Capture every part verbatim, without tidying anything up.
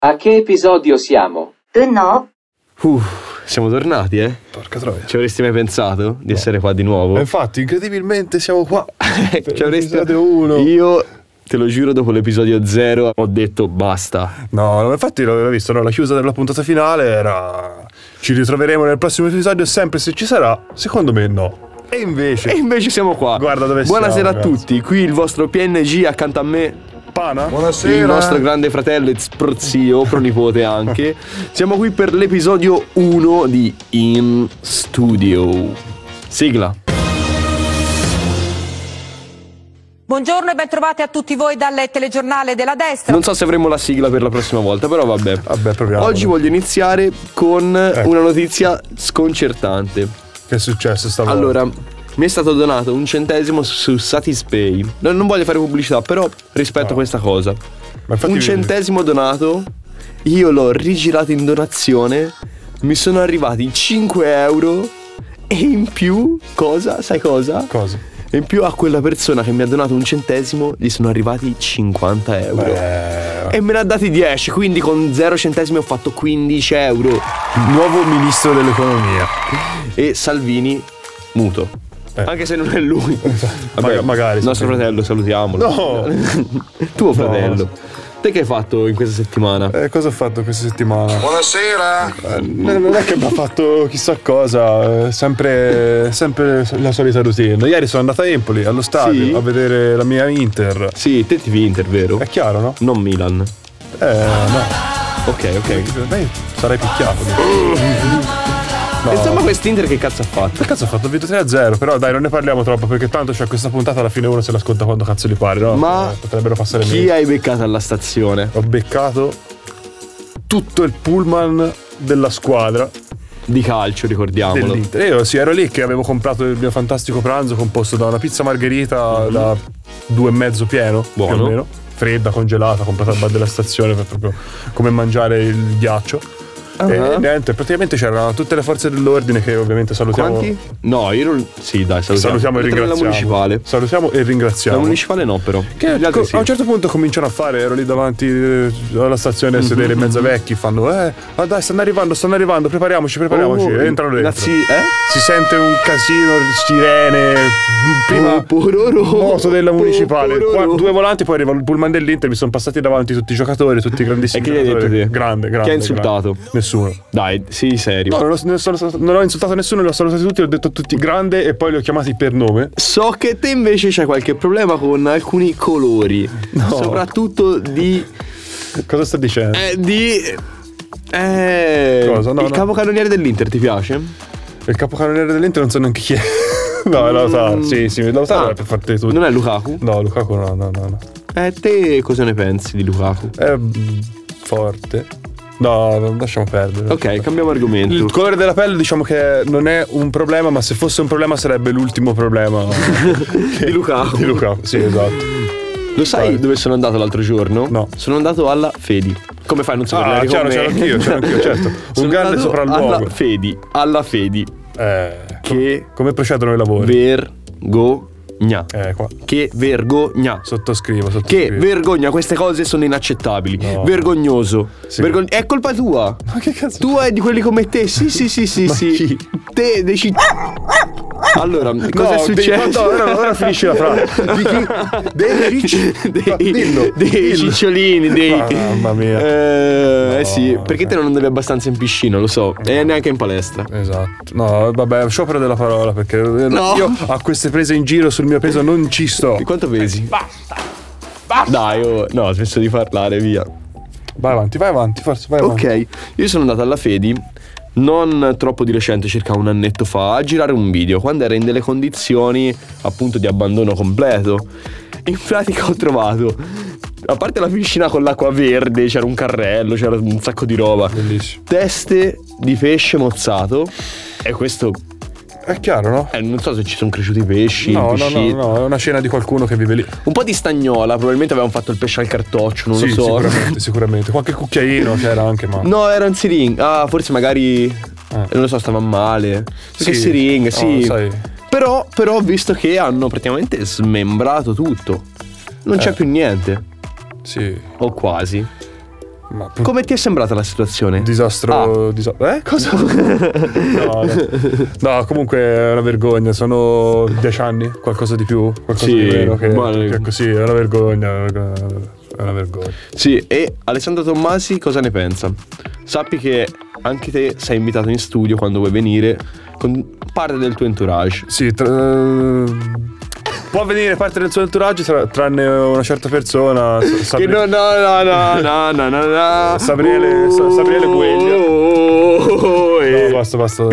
A che episodio siamo? Tu no? Uh, siamo tornati, eh? Porca troia. Ci avresti mai pensato di No. essere qua di nuovo? E infatti, incredibilmente siamo qua. Ci avresti Episodio uno. Io te lo giuro, dopo l'episodio zero ho detto basta. No, no, infatti l'ho visto, no? La chiusa della puntata finale era... Ci ritroveremo nel prossimo episodio, sempre se ci sarà. Secondo me no. E invece... E invece siamo qua. Guarda dove siamo. Buonasera a ragazzi. tutti, qui il vostro P N G accanto a me. Pana? Il nostro grande fratello e prozio, pronipote anche. Siamo qui per l'episodio uno di In Studio. Sigla. Buongiorno e ben trovati a tutti voi dal telegiornale della destra. Non so se avremo la sigla per la prossima volta, però vabbè. Vabbè, proviamo. Oggi voglio iniziare con Ecco. una notizia sconcertante. Che è successo stavolta? Allora, mi è stato donato un centesimo su Satispay. Non, non voglio fare pubblicità, però rispetto No. a questa cosa. Ma infatti- Un centesimo donato, io l'ho rigirato in donazione, mi sono arrivati cinque euro e in più, cosa? Sai cosa? Cosa? E in più a quella persona che mi ha donato un centesimo gli sono arrivati cinquanta euro. Beh, E me ne ha dati dieci, quindi con zero centesimi ho fatto quindici euro. nuovo ministro dell'economia. E Salvini muto. Eh. Anche se non è lui. Maga- magari, Il nostro sì. fratello, salutiamolo. No. Tuo fratello. Te che hai fatto in questa settimana? Eh, cosa ho fatto questa settimana? Buonasera. Eh, non è che mi ha fatto chissà cosa, eh, sempre, sempre la solita routine. Ieri sono andato a Empoli, allo stadio, Sì? a vedere la mia Inter. Sì, te tifi Inter, vero? È chiaro, no? Non Milan. Eh, no. Ok, ok. Dai, sarai picchiato. No. Insomma, quest'Inter che cazzo ha fatto? Che cazzo ho fatto? Ho vinto tre a zero, però dai, non ne parliamo troppo perché tanto c'è questa puntata, alla fine uno se l'ascolta quando cazzo gli pare, no? Ma Eh, potrebbero passare chi meglio. hai beccato alla stazione? Ho beccato tutto il pullman della squadra Di calcio, ricordiamolo. dell'Inter. Io sì, ero lì che avevo comprato il mio fantastico pranzo composto da una pizza margherita da due e mezzo pieno, più Buono. o meno, fredda, congelata, comprata al bar della stazione, per proprio come mangiare il ghiaccio. Ah. E niente, praticamente c'erano tutte le forze dell'ordine che ovviamente salutiamo. Quanti? No, io non... Sì, dai, salutiamo. Salutiamo e Tra la ringraziamo. municipale. Salutiamo e ringraziamo. La municipale no, però. Che Gli altri co- sì. a un certo punto cominciano a fare, ero lì davanti eh, alla stazione a sedere in mezzo ai vecchi, fanno eh, ma dai, stanno arrivando, stanno arrivando, prepariamoci, prepariamoci. Oh, e entrano dentro. Nazi- eh? Si sente un casino, sirene, prima Oh, pororo. moto della municipale, Oh, pororo. qua- due volanti, poi arriva il pullman dell'Inter, mi sono passati davanti tutti i giocatori, tutti i grandissimi E che gli hai detto giocatori. te? Grande, grande. Chi ha insultato? grande. Nessuno. Dai, sii serio. No, non ho, non sono- non ho insultato nessuno, li ho salutati tutti, ho detto a tutti grande e poi li ho chiamati per nome. So che te invece c'hai qualche problema con alcuni colori. No. Soprattutto di. Cosa sta dicendo? Eh, di. Eh. Cosa? No, il no. capocannoniere dell'Inter ti piace? Il capocannoniere dell'Inter non so neanche chi è. No, è Lautaro. Sì, sì, Lautaro Ah, è per farti tutto. Non è Lukaku? No, Lukaku no, no, no, no. Eh, te cosa ne pensi di Lukaku? È mm, forte. No, no, lasciamo perdere. Ok, cambiamo argomento. Il colore della pelle diciamo che non è un problema, ma se fosse un problema sarebbe l'ultimo problema Di Lukaku. Di Lukaku, sì, esatto. Lo sai Vai. dove sono andato l'altro giorno? No. Sono andato alla Fedi. Come fai a non sapere? Ah, Eri con chiaro, me? c'ero anch'io, c'ero anch'io, certo. Un Sono grande andato sopralluogo. alla Fedi. Alla Fedi. Eh, Che come procedono i lavori? vergogna. eh, qua. Che vergogna. Sottoscrivo, Che sottoscrivo. vergogna, queste cose sono inaccettabili. No. Vergognoso. Sì. Vergogn- è colpa tua. Ma che cazzo? Tu è di quelli come te. Sì, sì, sì, sì, Ma sì. chi? Te decidi. Allora, cosa No, è devi- successo? no, ora, ora finisci la frase. Di chi? Dei ricci. dei, Dillo, dei dillo. cicciolini, dei. Mamma mia. Eh, eh sì, No, perché te non andavi abbastanza in piscina, lo so. E neanche in palestra. Esatto. No, vabbè, sciopero della parola perché No. io a queste prese in giro sul mio peso non ci sto. Di quanto pesi? Basta. Basta. Dai, oh, no, ho smesso di parlare, via. Vai avanti, vai avanti, forza, vai avanti. Ok, io sono andato alla Fedi non troppo di recente, circa un annetto fa, a girare un video quando era in delle condizioni appunto di abbandono completo. In pratica ho trovato, a parte la piscina con l'acqua verde, c'era un carrello, c'era un sacco di roba, Bellissimo. teste di pesce mozzato. E questo È chiaro, no? eh, non so se ci sono cresciuti pesci, No, no, pesci- no, no, è una scena di qualcuno che vive lì. Un po' di stagnola, probabilmente avevano fatto il pesce al cartoccio, non sì, lo so. sicuramente, sicuramente. Qualche cucchiaino c'era anche, ma. No, era un siring. Ah, forse magari Eh. non lo so, stava male. Sì. Che siring, No, sì. sai. Però, però ho visto che hanno praticamente smembrato tutto. Non c'è Eh. più niente. Sì. O quasi. Ma come ti è sembrata la situazione? Disastro. Ah. Disa- eh? Cosa? no, no. no, comunque è una vergogna. Sono dieci anni, qualcosa di più, qualcosa sì, di meno. Che, ma... che è così, è una vergogna. È una vergogna. Sì, e Alessandro Tommasi cosa ne pensa? Sappi che anche te sei invitato in studio quando vuoi venire con parte del tuo entourage. Sì, tra... può venire parte del suo entourage tra, tranne una certa persona. Sabri... Che no, no, no, no, no, no, no, no. Sabriele, uh, Sabriele Gueglia. Oh, eh. No, basta, basta.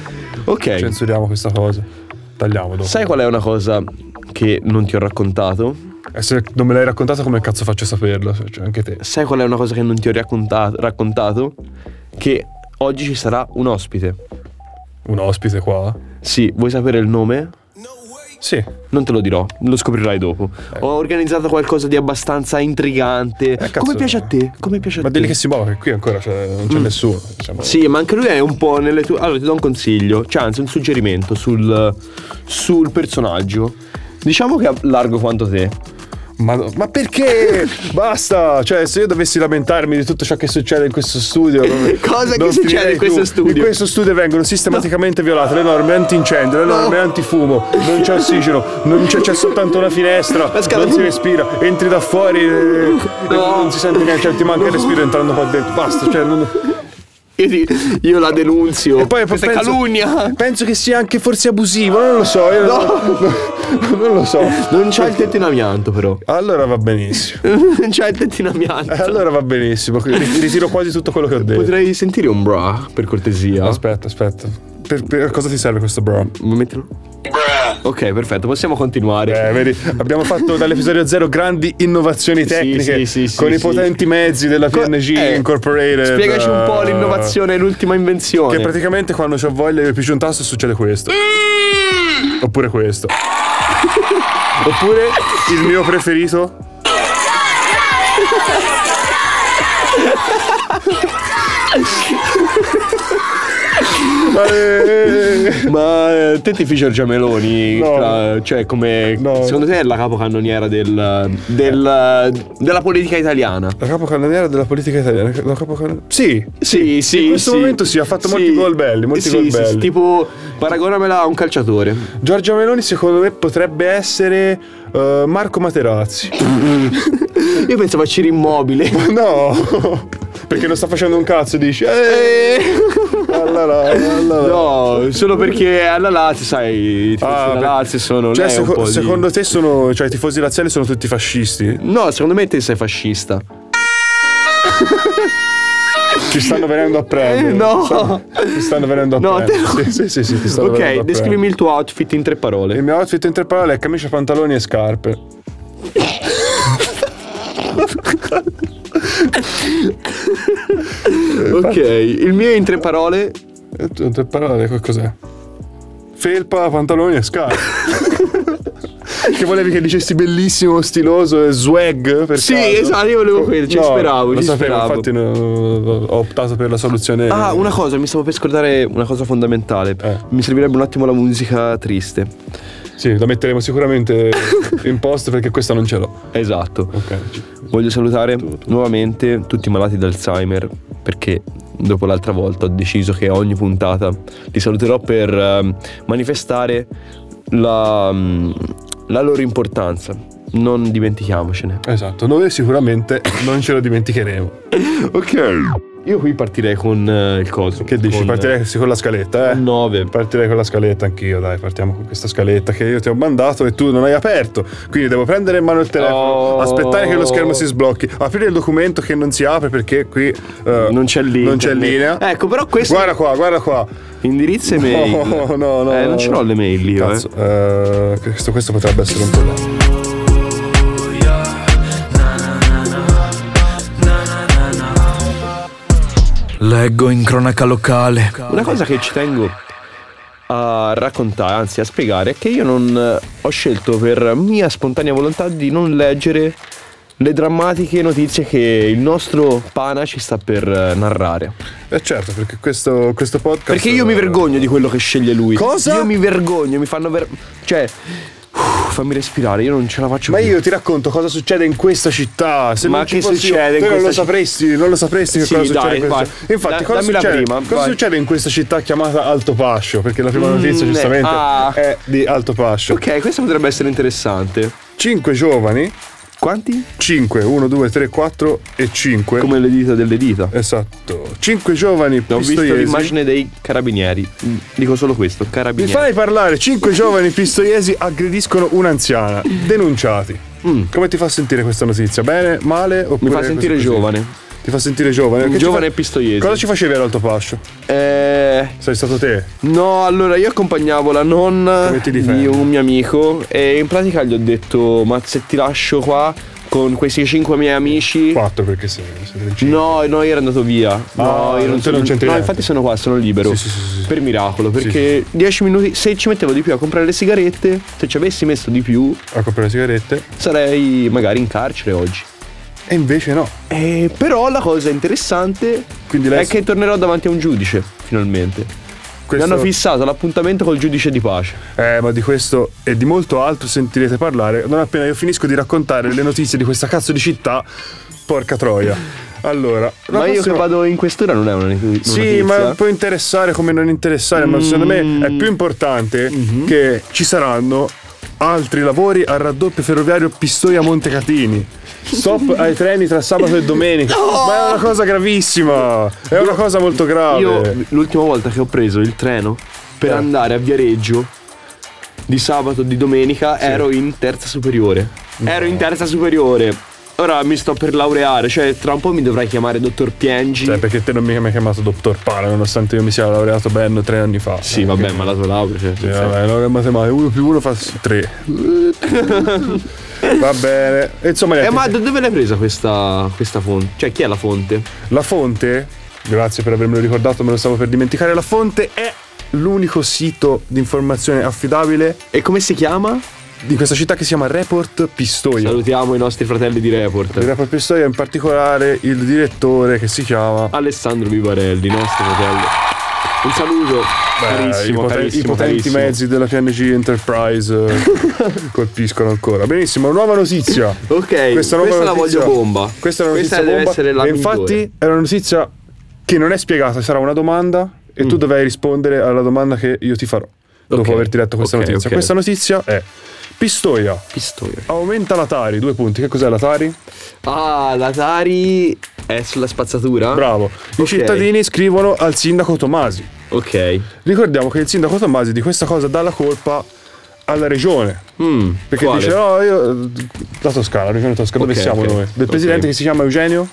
Ok. Censuriamo questa cosa. Tagliamo dopo. Sai qual è una cosa che non ti ho raccontato? E se non me l'hai raccontata, come cazzo faccio a saperlo? Cioè, anche te. Sai qual è una cosa che non ti ho raccontato? raccontato? Che oggi ci sarà un ospite. Un ospite qua? Sì, vuoi sapere il nome? Sì. Non te lo dirò, lo scoprirai dopo. Eh. Ho organizzato qualcosa di abbastanza intrigante. Eh, cazzo, come piace a te? Come piace a ma te? Ma dilli che si muove, che qui ancora c'è, non c'è mm. nessuno. Diciamo. Sì, ma anche lui è un po' nelle tue... Allora ti do un consiglio, cioè anzi un suggerimento sul, sul personaggio. Diciamo che è largo quanto te. Ma, ma perché? Basta! Cioè, se io dovessi lamentarmi di tutto ciò che succede in questo studio. Cosa che succede in questo più. studio? In questo studio vengono sistematicamente no. violate le norme antincendio, le norme no. antifumo, non c'è ossigeno, non c'è, c'è soltanto una finestra, non si respira, entri da fuori e no. non si sente niente, cioè ti manca no. il respiro entrando qua dentro. Basta, cioè non... Io, ti, io la denunzio. E poi questa penso, è calunnia. Penso che sia anche forse abusivo, non lo so. Io no. non, non lo so. Non c'ha il tetto in amianto, però. Allora va benissimo. Non c'ha il tetto in amianto. Eh, allora va benissimo. Ritiro quasi tutto quello che ho detto. Potrei sentire un bra, per cortesia. Aspetta, aspetta. Per, per cosa ti serve questo bra? Mettilo. Ok, perfetto, possiamo continuare. Eh, vedi, abbiamo fatto dall'episodio zero grandi innovazioni tecniche sì, sì, sì, con sì, i potenti sì. mezzi della P N G eh, Incorporated. Spiegaci un po' l'innovazione, l'ultima invenzione. Che praticamente quando c'ho voglia di pigiare un tasto succede questo. Mm. Oppure questo. Oppure il mio preferito. Ma te ti fai Giorgia Meloni? No. Tra, cioè come no. secondo te è la capocannoniera del, del, della politica italiana? La capocannoniera della politica italiana? La capocann... Sì, sì, sì. In questo sì, momento sì, ha fatto sì, molti gol belli, molti sì, gol sì, belli. Sì, tipo paragonamela a un calciatore. Giorgia Meloni secondo me potrebbe essere uh, Marco Materazzi. Io pensavo a Ciro Immobile. No. Perché non sta facendo un cazzo, dici? Eh, allora, allora. No, solo perché alla Lazio, sai, i tifosi ah, della Lazio sono cioè, lei seco- un po' secondo di... te sono, cioè i tifosi laziali sono tutti fascisti? No, secondo me te sei fascista. Ci stanno venendo a prendere. Eh, no. Stanno, ti stanno venendo a no, prendere. Te... Sì, sì, sì, sì, ti stanno ok, descrivimi il tuo outfit in tre parole. Il mio outfit in tre parole è camicia, pantaloni e scarpe. Ok, il mio in tre parole. In tre parole che cos'è? Felpa, pantaloni e scarpe. Che volevi che dicessi bellissimo, stiloso e swag? Per sì, caso? esatto, io volevo quello, ci no, speravo, lo ci sapevo, speravo. Infatti no, ho optato per la soluzione. Ah, una cosa, mi stavo per scordare una cosa fondamentale. Eh. Mi servirebbe un attimo la musica triste. Sì, la metteremo sicuramente in post perché questa non ce l'ho. Esatto. Ok. Voglio salutare nuovamente tutti i malati d'Alzheimer, perché dopo l'altra volta ho deciso che ogni puntata li saluterò per uh, manifestare la, um, la loro importanza. Non dimentichiamocene. Esatto, noi sicuramente non ce lo dimenticheremo. Ok. Io qui partirei con uh, il coso. Che dici? Con, partirei con la scaletta, eh? nove. Partirei con la scaletta anch'io, dai, partiamo con questa scaletta che io ti ho mandato e tu non hai aperto. Quindi devo prendere in mano il telefono, oh. aspettare che lo schermo si sblocchi, aprire il documento che non si apre perché qui uh, non c'è linea. Non c'è linea. Ecco, però questo. Guarda qua, guarda qua. Indirizzo e mail. No, no, no. Eh, non ce l'ho le mail io, Cazzo, eh. uh, questo, questo potrebbe essere un problema. Leggo in cronaca locale. Una cosa che ci tengo a raccontare, anzi a spiegare, è che io non ho scelto per mia spontanea volontà di non leggere le drammatiche notizie che il nostro Pana ci sta per narrare. Eh certo, perché questo, questo podcast... Perché io mi vergogno di quello che sceglie lui. Cosa? Io mi vergogno, mi fanno ver... Cioè... fammi respirare, io non ce la faccio Ma più. io ti racconto cosa succede in questa città. Se Ma non ci che fossi succede in io, tu non lo questa sapresti, non lo sapresti che Sì, cosa succede dai, in questa vai. città. Infatti, Da- cosa, dammi la succede, prima, cosa vai. succede in questa città chiamata Altopascio? Perché la prima Mm, notizia, eh, giustamente, ah. è di Altopascio. Ok, questo potrebbe essere interessante. Cinque giovani, Quanti? cinque, uno, due, tre, quattro e cinque. Come le dita delle dita. Esatto. Cinque giovani Ho visto pistoiesi. l'immagine dei carabinieri. Mm, Dico solo questo, Mi carabinieri. fai parlare, cinque giovani pistoiesi aggrediscono un'anziana. Denunciati. Mm. Come ti fa sentire questa notizia? Bene, male? Mi Oppure fa sentire così così? giovane. Ti fa sentire giovane? Che ci Giovane fa- e pistoiesi. Cosa ci facevi all'Altopascio? Eh, Sei stato te? no, allora io accompagnavo la nonna Come ti difendi? di un mio amico e in pratica gli ho detto: ma se ti lascio qua con questi cinque miei amici. Quattro perché sei, sei del cinque. No, no, io ero andato via. No, Ah, io non- sono, non c'entri no, niente. infatti sono qua, sono libero. Sì, sì, sì, sì. Per miracolo, perché dieci minuti, se ci mettevo di più a comprare le sigarette, se ci avessi messo di più, A comprare le sigarette. sarei magari in carcere oggi. E invece no. Eh, però la cosa interessante Quindi lei è che tornerò davanti a un giudice, finalmente. questo- Mi hanno fissato l'appuntamento col giudice di pace. Eh, ma di questo e di molto altro sentirete parlare non appena io finisco di raccontare le notizie di questa cazzo di città. Porca troia. Allora, la Ma io che prossima- vado in questura non è una, una Sì, notizia. ma può interessare come non interessare, ma secondo me è più importante che ci saranno altri lavori al raddoppio ferroviario Pistoia Montecatini. Stop ai treni tra sabato e domenica. Ma è una cosa gravissima. È una cosa molto grave. Io l'ultima volta che ho preso il treno per Eh. andare a Viareggio di sabato di domenica ero in terza superiore. Ero in terza superiore. Ora mi sto per laureare, cioè tra un po' mi dovrai chiamare dottor Piengi. Cioè, perché te non mi hai mai chiamato dottor Pala, nonostante io mi sia laureato ben tre anni fa. Sì, Eh, vabbè, quindi- ma la tua laurea, cioè, Sì, senza- vabbè, laurea in matematica, uno più uno fa tre. Va bene. E insomma, Eh, niente. ma da dove l'hai presa questa, questa fonte? Cioè, chi è la fonte? La fonte, grazie per avermelo ricordato, me lo stavo per dimenticare. La fonte è l'unico sito di informazione affidabile E come si chiama? di questa città che si chiama Report Pistoia. Salutiamo i nostri fratelli di Di Report. Report Pistoia, in particolare il direttore che si chiama Alessandro Vivarelli, nostro fratello. Un saluto, Beh, carissimo, i, poten- carissimo, i potenti carissimo. mezzi della P N G Enterprise eh, colpiscono ancora. Benissimo, nuova notizia. Ok, Questa, nuova questa la notizia- voglio bomba. Questa è una Questa notizia deve bomba. essere la e migliore. infatti è una notizia che non è spiegata, sarà una domanda e Mm. tu dovrai rispondere alla domanda che io ti farò dopo Ok, averti letto questa ok, notizia. ok. Questa notizia è: Pistoia Pistoia. aumenta la Tari, due punti. Che cos'è la Tari? Ah, la Tari è sulla spazzatura? Bravo. I Ok. cittadini scrivono al sindaco Tomasi. Ok. Ricordiamo che il sindaco Tomasi di questa cosa dà la colpa alla regione. Mm, Perché quale? dice: no, io. La Toscana, la regione Toscana, dove Ok, siamo ok. noi? Del Ok. presidente che si chiama Eugenio?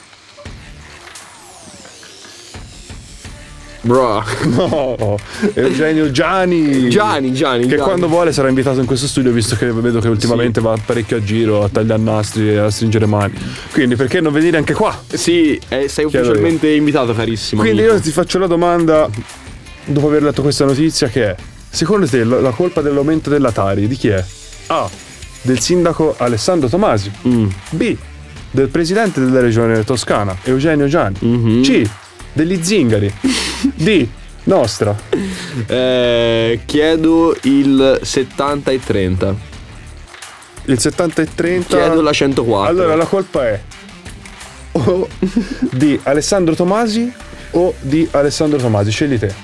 Bro. No, Eugenio Gianni. Gianni, Gianni. Che Gianni. quando vuole sarà invitato in questo studio, visto che vedo che ultimamente va parecchio a giro a tagliare nastri e a stringere mani. Quindi perché non venire anche qua? Sì, eh, sei Chiedo ufficialmente invitato, carissimo. Quindi amico. io ti faccio la domanda, dopo aver letto questa notizia, che è: secondo te la la colpa dell'aumento della Tari di chi è? A. Del sindaco Alessandro Tomasi. Mm. B. Del presidente della regione toscana, Eugenio Gianni. Mhm. C. Degli zingari. D. Nostra. Eh, chiedo il settanta e trenta. Il settanta e trenta. Chiedo la centoquattro. Allora la colpa è o di Alessandro Tomasi o di Alessandro Tomasi, scegli te.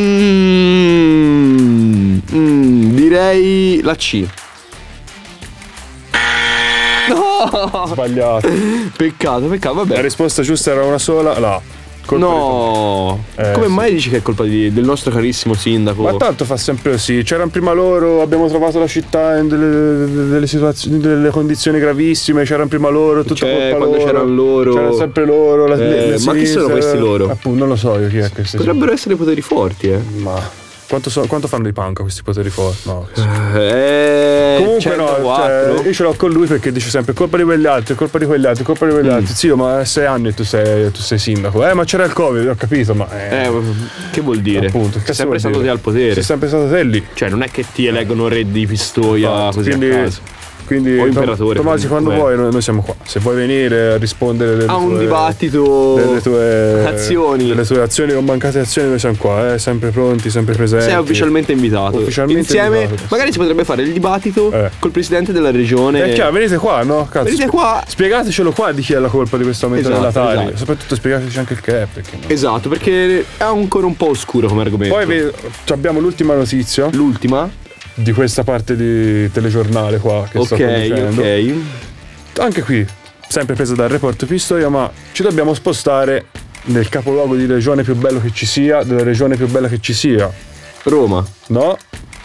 Mm, mm, direi la C. No! Sbagliato. Peccato, peccato, vabbè. La risposta giusta era una sola, la A. Colpa di No, Eh, come sì. mai dici che è colpa di- del nostro carissimo sindaco? Ma tanto fa sempre così. C'erano prima loro, abbiamo trovato la città in delle, delle situazioni, delle condizioni gravissime. C'erano prima loro, tutta Cioè, colpa quando loro. c'erano loro. C'erano sempre loro. La, Eh, le- le ma chi sono sinistre. questi loro? Appunto, non lo so io chi è questo. Potrebbero essere poteri forti, eh. Ma quanto, so- quanto fanno di panca questi poteri forti? No. che so. Eh, Comunque no, centoquattro. cioè, io ce l'ho con lui perché dice sempre colpa di quegli altri, colpa di quegli altri, colpa di quegli Mm. altri. Zio, ma è sei anni e tu sei, tu sei sindaco. Eh, ma c'era il Covid, ho capito, ma eh, Eh, che vuol dire? appunto, che Sei cazzo sempre vuol stato dire? te al potere. Sei sempre stato te lì. Cioè, non è che ti eleggono re di Pistoia Infatti, così quindi a caso. Quindi O imperatore, Tomasi, quando com'è? vuoi noi, noi siamo qua. Se vuoi venire a rispondere delle A un tue, dibattito, delle tue azioni. delle tue azioni o mancate azioni, noi siamo qua, eh, sempre pronti, sempre presenti. Sei ufficialmente invitato. Ufficialmente Insieme, invitato. magari si potrebbe fare il dibattito Eh. col presidente della regione. È chiaro, venite qua, no? Cazzo, Venite spie- qua. Spiegatecelo qua di chi è la colpa di questo aumento Esatto, della taglia. esatto. Soprattutto spiegateci anche il che è, perché no? Esatto, perché è ancora un po' oscuro come argomento. Poi ve- abbiamo l'ultima notizia l'ultima. di questa parte di telegiornale qua che sto Ok, conducendo. ok. Anche qui, sempre presa dal report Pistoia, ma ci dobbiamo spostare nel capoluogo di regione più bello che ci sia, della regione più bella che ci sia. Roma. No?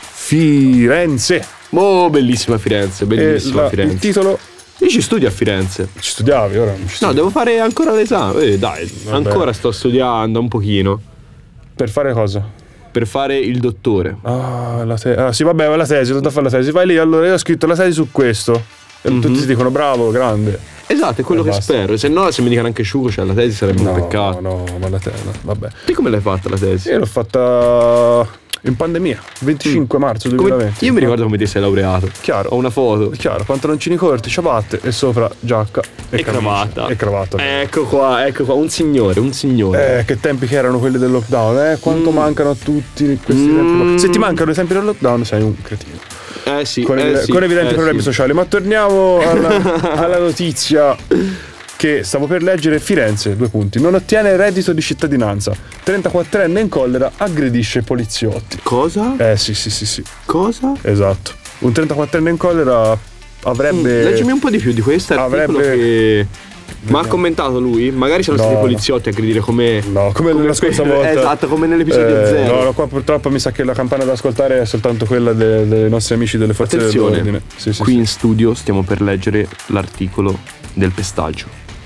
Firenze. Oh, bellissima Firenze, E bellissima la- il Firenze. titolo Io ci studio a Firenze. ci studiavi, ora non ci No, studi. devo fare ancora l'esame. Eh, dai, Vabbè. ancora sto studiando un pochino. Per fare cosa? Per fare il dottore. Ah, la te- ah, sì, vabbè, la tesi, non da fare la tesi. Vai lì, allora io ho scritto la tesi su questo. E Mhm. tutti ti dicono bravo, grande. Esatto, è quello E che basta. spero. Se no, se mi dicono anche asciugo, cioè la tesi sarebbe No, un peccato. no, ma la tesi, no, vabbè. Te come l'hai fatta la tesi? Io l'ho fatta in pandemia, venticinque marzo Come- duemilaventi. Io mi ricordo come ti sei laureato. Chiaro. Ho una foto. Chiaro, pantaloncini corti, ciabatte e sopra giacca e, E camicia. cravatta. E cravatta. Ecco qua, ecco qua. Un signore, un signore. Eh, che tempi che erano quelli del lockdown, eh? Quanto Mm. mancano a tutti questi Mm. tempi qua. Se ti mancano i tempi del lockdown sei un cretino. Eh sì, Con, eh il- sì, con evidenti eh problemi sì. sociali. Ma torniamo alla, alla notizia che stavo per leggere. Firenze, due punti. Non ottiene reddito di cittadinanza. trentaquattrenne in collera aggredisce poliziotti. Cosa? Eh sì, sì, sì, sì. Cosa? Esatto. Un trentaquattrenne in collera avrebbe... Mm, Leggimi un po' di più di questo articolo Avrebbe- che... Ma ha commentato lui? Magari sono No, stati i no. poliziotti a aggredire come... No, come, la scorsa volta. Esatto, come nell'episodio Eh, zero. No, no, qua purtroppo mi sa che la campana da ascoltare è soltanto quella de- dei nostri amici delle forze Attenzione, dell'ordine. Sì, sì, qui sì. in studio stiamo per leggere l'articolo del pestaggio.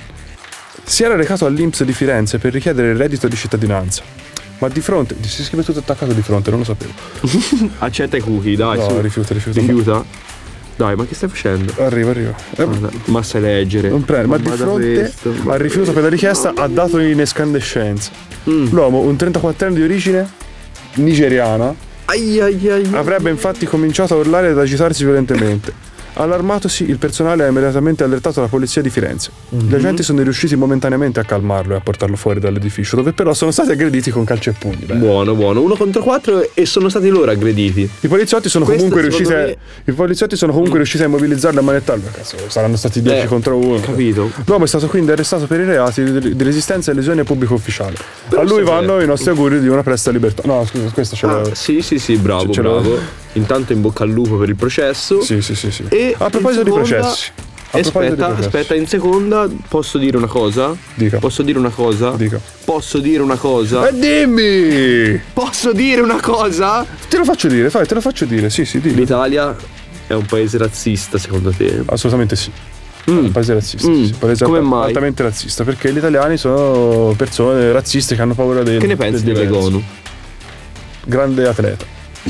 Si era recato all'I N P S di Firenze per richiedere il reddito di cittadinanza. Ma di fronte, si scrive tutto attaccato di fronte, non lo sapevo. Accetta i cookie, dai, No, su. rifiuta, rifiuta. Rifiuta? Dai, ma che stai facendo? Arriva, arriva. Eh, Guarda, ma sai leggere. non prende, ma di guarda fronte questo, al rifiuto per la richiesta ha dato in escandescenza. Mm. L'uomo, un trentaquattrenne di origine nigeriana, Ai ai ai. avrebbe infatti cominciato a urlare ed agitarsi violentemente. Allarmatosi, il personale ha immediatamente allertato la polizia di Firenze. Gli agenti sono riusciti momentaneamente a calmarlo e a portarlo fuori dall'edificio, dove però sono stati aggrediti con calci e pugni. Beh. Buono, buono. Uno contro quattro e sono stati loro aggrediti. I poliziotti sono Questo, comunque riusciti a, secondo i poliziotti sono comunque riusciti a immobilizzarlo e a manettarlo. Cazzo, saranno stati dieci Eh, contro uno. capito. L'uomo è stato quindi arrestato per i reati di, di resistenza e lesione a pubblico ufficiale. Però a lui sta vanno bene. i nostri auguri di una presta libertà. No, scusa, questo ce l'ho. Ah, sì, sì, sì, bravo, Ce l'ho. bravo. Intanto in bocca al lupo per il processo. Sì, sì, sì, sì. E a proposito in di seconda- processi. A proposito di Aspetta, processi. aspetta, in seconda posso dire una cosa? Dica. Posso dire una cosa? Dica. Posso dire una cosa? E dimmi! Posso dire una cosa? Te lo faccio dire, fai, te lo faccio dire. Sì, sì, dimmi. L'Italia è un paese razzista, secondo te? Assolutamente sì. Mm. Un paese razzista, Mm. sì, sì, un paese Come alt- mai? altamente razzista, perché gli italiani sono persone razziste che hanno paura del Che ne pensi del del diverso. Legonu? Grande atleta.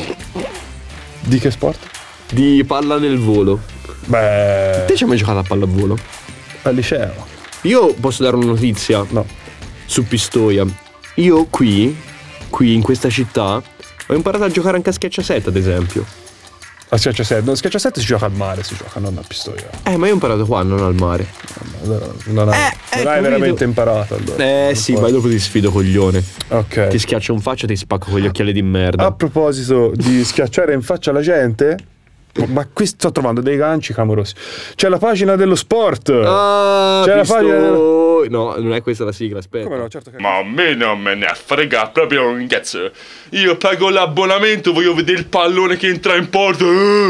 Di che sport? Di palla nel volo. Beh, Te ci hai mai giocato a pallavolo? al liceo. Io posso dare una notizia No. su Pistoia. Io qui, qui in questa città, ho imparato a giocare anche a schiacciasette, ad esempio. A schiacciasette. No, schiacciasette si gioca al mare, si gioca, non a Pistoia. Eh, ma io ho imparato qua, non al mare. Allora, non hai, Eh, non eh, hai capito. veramente imparato allora. Eh Non sì, puoi. ma dopo ti sfido, coglione. Ok. Ti schiaccio in faccia e ti spacco con gli occhiali di merda. A proposito di schiacciare in faccia la gente, ma qui sto trovando dei ganci clamorosi. C'è la pagina dello sport. Ah, C'è la Pisto- pagina- No, non è questa la sigla, aspetta. Come no, certo che Ma a me non me ne frega proprio un cazzo. Io pago l'abbonamento, voglio vedere il pallone che entra in porta.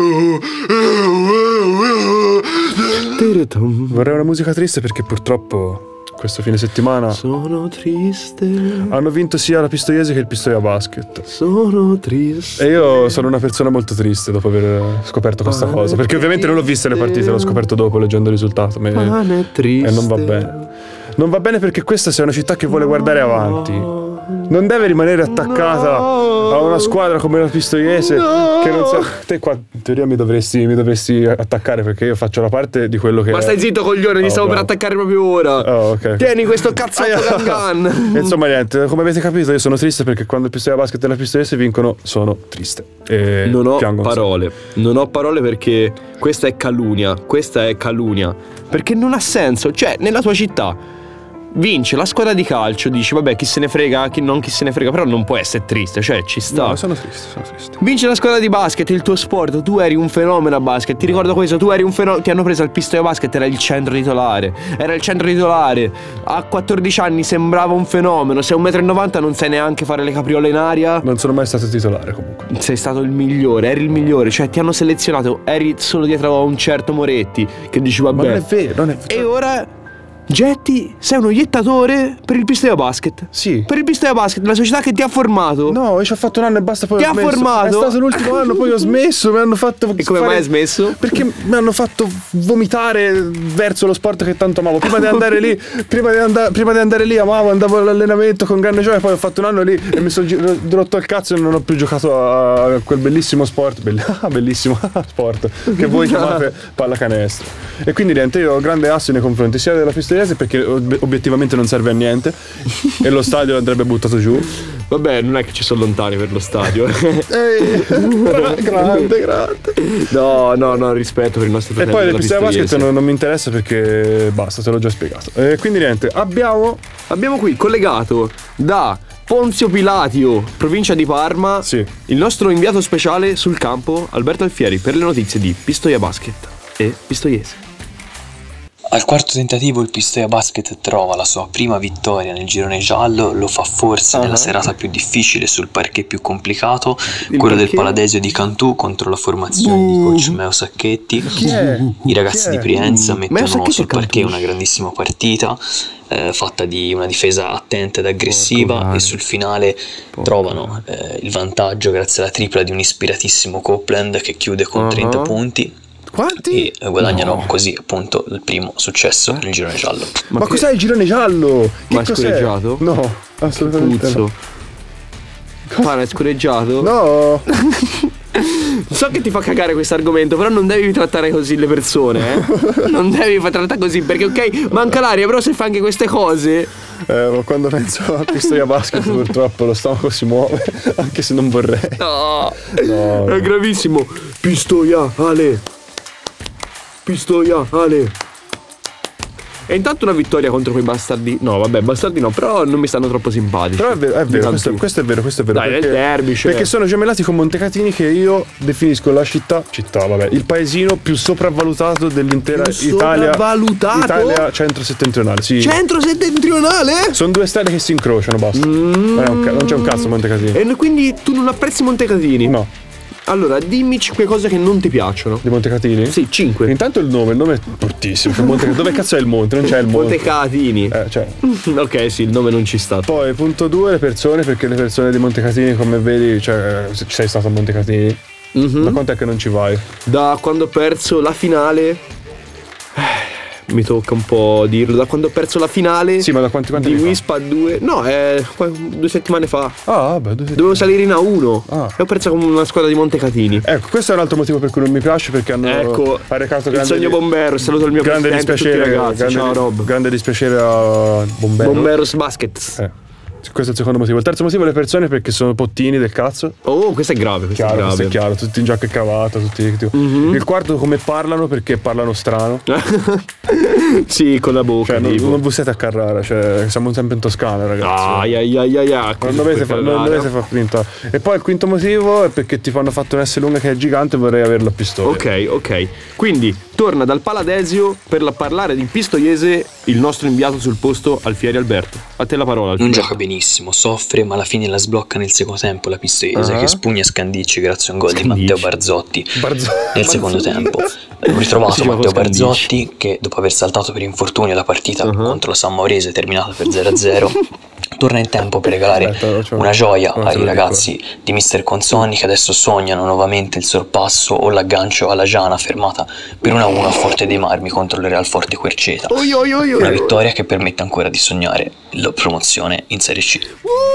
Vorrei una musica triste perché purtroppo questo fine settimana Sono triste, hanno vinto sia la Pistoiese che il Pistoia Basket. sono triste. E io sono una persona molto triste dopo aver scoperto questa Pane cosa. Perché ovviamente non l'ho viste le partite, l'ho scoperto dopo leggendo il risultato. me- Pane triste. E non va bene. Non va bene perché questa sia una città che vuole guardare avanti. non deve rimanere attaccata a una squadra come la Pistoiese, che non sa. Te qua in teoria mi dovresti, mi dovresti attaccare, perché io faccio la parte di quello che. Ma stai zitto, coglione, ti Oh, stavo bravo. per attaccare proprio ora. Oh, ok. Tieni questo cazzotto gangan. Insomma, niente, come avete capito, io sono triste perché quando il Pistoia Basket e la Pistoiese vincono sono triste. E Non ho piango. parole, non ho parole perché questa è calunnia, questa è calunnia, perché non ha senso, cioè nella tua città vince la squadra di calcio, dici vabbè chi se ne frega, chi non chi se ne frega, però non può essere triste, cioè ci sta. No, sono triste, sono triste. Vince la squadra di basket, il tuo sport, tu eri un fenomeno a basket, ti ricordo questo, tu eri un fenomeno, ti hanno preso al Pistoia Basket, era il centro titolare, era il centro titolare, a quattordici anni sembrava un fenomeno, sei un metro e novanta non sai neanche fare le capriole in aria. Non sono mai stato titolare comunque. Sei stato il migliore, eri il migliore, cioè ti hanno selezionato, eri solo dietro a un certo Moretti che dici vabbè. Ma non è vero, non è vero. E ora Getty, sei uno iettatore per il Pistoia Basket. Sì. Per il Pistoia Basket, la società che ti ha formato. No, io ci ho fatto un anno e basta, poi Ti ho ha smesso. formato? È stato l'ultimo anno, poi ho smesso, mi hanno fatto. E come fare- mai hai smesso? Perché mi hanno fatto vomitare verso lo sport che tanto amavo. Prima di andare lì, prima di, and- prima di andare lì amavo, andavo all'allenamento con grande gioia, poi ho fatto un anno lì e mi sono gi- rotto il cazzo e non ho più giocato a quel bellissimo sport, Bell- ah, bellissimo sport che voi chiamate pallacanestro. E quindi niente, io ho grande asse nei confronti sia della Pistoiese, perché ob- obiettivamente non serve a niente e lo stadio andrebbe buttato giù. Vabbè, non è che ci sono lontani per lo stadio. Ehi, grande, grande. No, no, no, rispetto per i nostri E fratelli poi il della Pistoia Basket Pistoiese. non, non mi interessa perché basta, te l'ho già spiegato. E quindi niente, abbiamo. Abbiamo qui collegato da Ponzio Pilatio, provincia di Parma, Sì. il nostro inviato speciale sul campo, Alberto Alfieri, per le notizie di Pistoia Basket e Pistoiese. Al quarto tentativo il Pistoia Basket trova la sua prima vittoria nel girone giallo, lo fa forse nella serata più difficile sul parquet più complicato, Il quello del parquet? Paladesio di Cantù contro la formazione di coach Meo Sacchetti. è? I ragazzi Chi è? di Brienza mettono Sacchetti sul e Cantù. parquet una grandissima partita eh, fatta di una difesa attenta ed aggressiva, Porco e sul finale trovano eh, il vantaggio grazie alla tripla di un ispiratissimo Copeland che chiude con Uh-huh. trenta punti. Quanti? E eh, guadagnano così appunto il primo successo nel girone giallo. Ma, che- cos'è il girone giallo? Che Ma è cos'è? scorreggiato? No, assolutamente Puzzo. no. Pana è scorreggiato? No. So che ti fa cagare questo argomento, però non devi trattare così le persone, eh? Non devi far trattare così, perché ok, manca l'aria, però se fa anche queste cose. Eh, ma quando penso a Pistoia Basket purtroppo lo stomaco si muove, anche se non vorrei. No, No, è gravissimo. Pistoia, Ale. Pistoia, Ale. E intanto una vittoria contro quei bastardi. No, vabbè, bastardi no, però non mi stanno troppo simpatici. Però è vero, è Di vero questo, Cantù. questo è vero, questo è vero. Dai, perché, nel derby, cioè. perché sono gemellati con Montecatini, che io definisco la città, città, vabbè, il paesino più sopravvalutato dell'intera Più Italia. sopravvalutato? Italia centro-settentrionale, sì. Centro settentrionale? Sono due strade che si incrociano, basta. Non, è un ca- non c'è un cazzo a Montecatini. E quindi tu non apprezzi Montecatini? No, Allora, dimmi cinque cose che non ti piacciono. di Montecatini? Sì, cinque. Intanto il nome, il nome è bruttissimo. Cioè, Monte- dove cazzo è il monte? Non c'è il monte. Montecatini. Eh, cioè. Ok, sì, il nome non ci sta. Poi punto due, le persone, perché le persone di Montecatini, come vedi, cioè, se ci sei stato a Montecatini, Mhm. da quant'è che non ci vai? Da quando ho perso la finale. eh, Mi tocca un po' dirlo. Da quando ho perso la finale. Sì, ma da quanti quanti Di anni fa? Wispa due. No, è qua- due settimane fa. Ah, vabbè, due Dovevo salire in A uno. Ah. E ho perso con una squadra di Montecatini. Ecco, questo è un altro motivo per cui non mi piace, perché hanno Ecco, arrecato il grande sogno Bombero. Saluto il mio grande presidente e tutti i dispiacere, ragazzi. grande, Ciao Rob. grande dispiacere a Bombero. Bomberos Baskets. Eh, questo è il secondo motivo. Il terzo motivo, le persone, perché sono pottini del cazzo. Oh, questo è grave. Questo Chiaro, è questo grave. è chiaro, tutti in giacca e cravatta, tutti. tipo- Mhm. Il quarto, come parlano, perché parlano strano. Sì, con la bocca. Cioè, non, tipo. non vi siete a Carrara, cioè, siamo sempre in Toscana, ragazzi. Ai ai ai ai ai. Non dovete, fa- non dovete far finta. E poi il quinto motivo è perché ti fanno fatto un S lunga che è gigante e vorrei averlo a pistola. Ok, ok. Quindi torna dal Paladesio per la parlare di Pistoiese il nostro inviato sul posto, Alfieri Alberto. A te la parola, Non Alfieri. gioca benissimo, soffre, ma alla fine la sblocca nel secondo tempo la Pistoiese, Ah. che spugna Scandicci grazie a un gol di Scandicci. Matteo Barzotti Barzo- nel secondo tempo. Ho Si ritrovato gioca Matteo con Scandicci. Barzotti che, dopo aver saltato per infortunio la partita Uh-huh. contro la San Maurese terminata per zero a zero, torna in tempo per regalare Aspetta, una gioia non ai te lo ragazzi di mister Consonni che adesso sognano nuovamente il sorpasso o l'aggancio alla Giana fermata per uno a uno a Forte dei Marmi contro il Real Forte Querceta. Una vittoria che permette ancora di sognare la promozione in Serie C.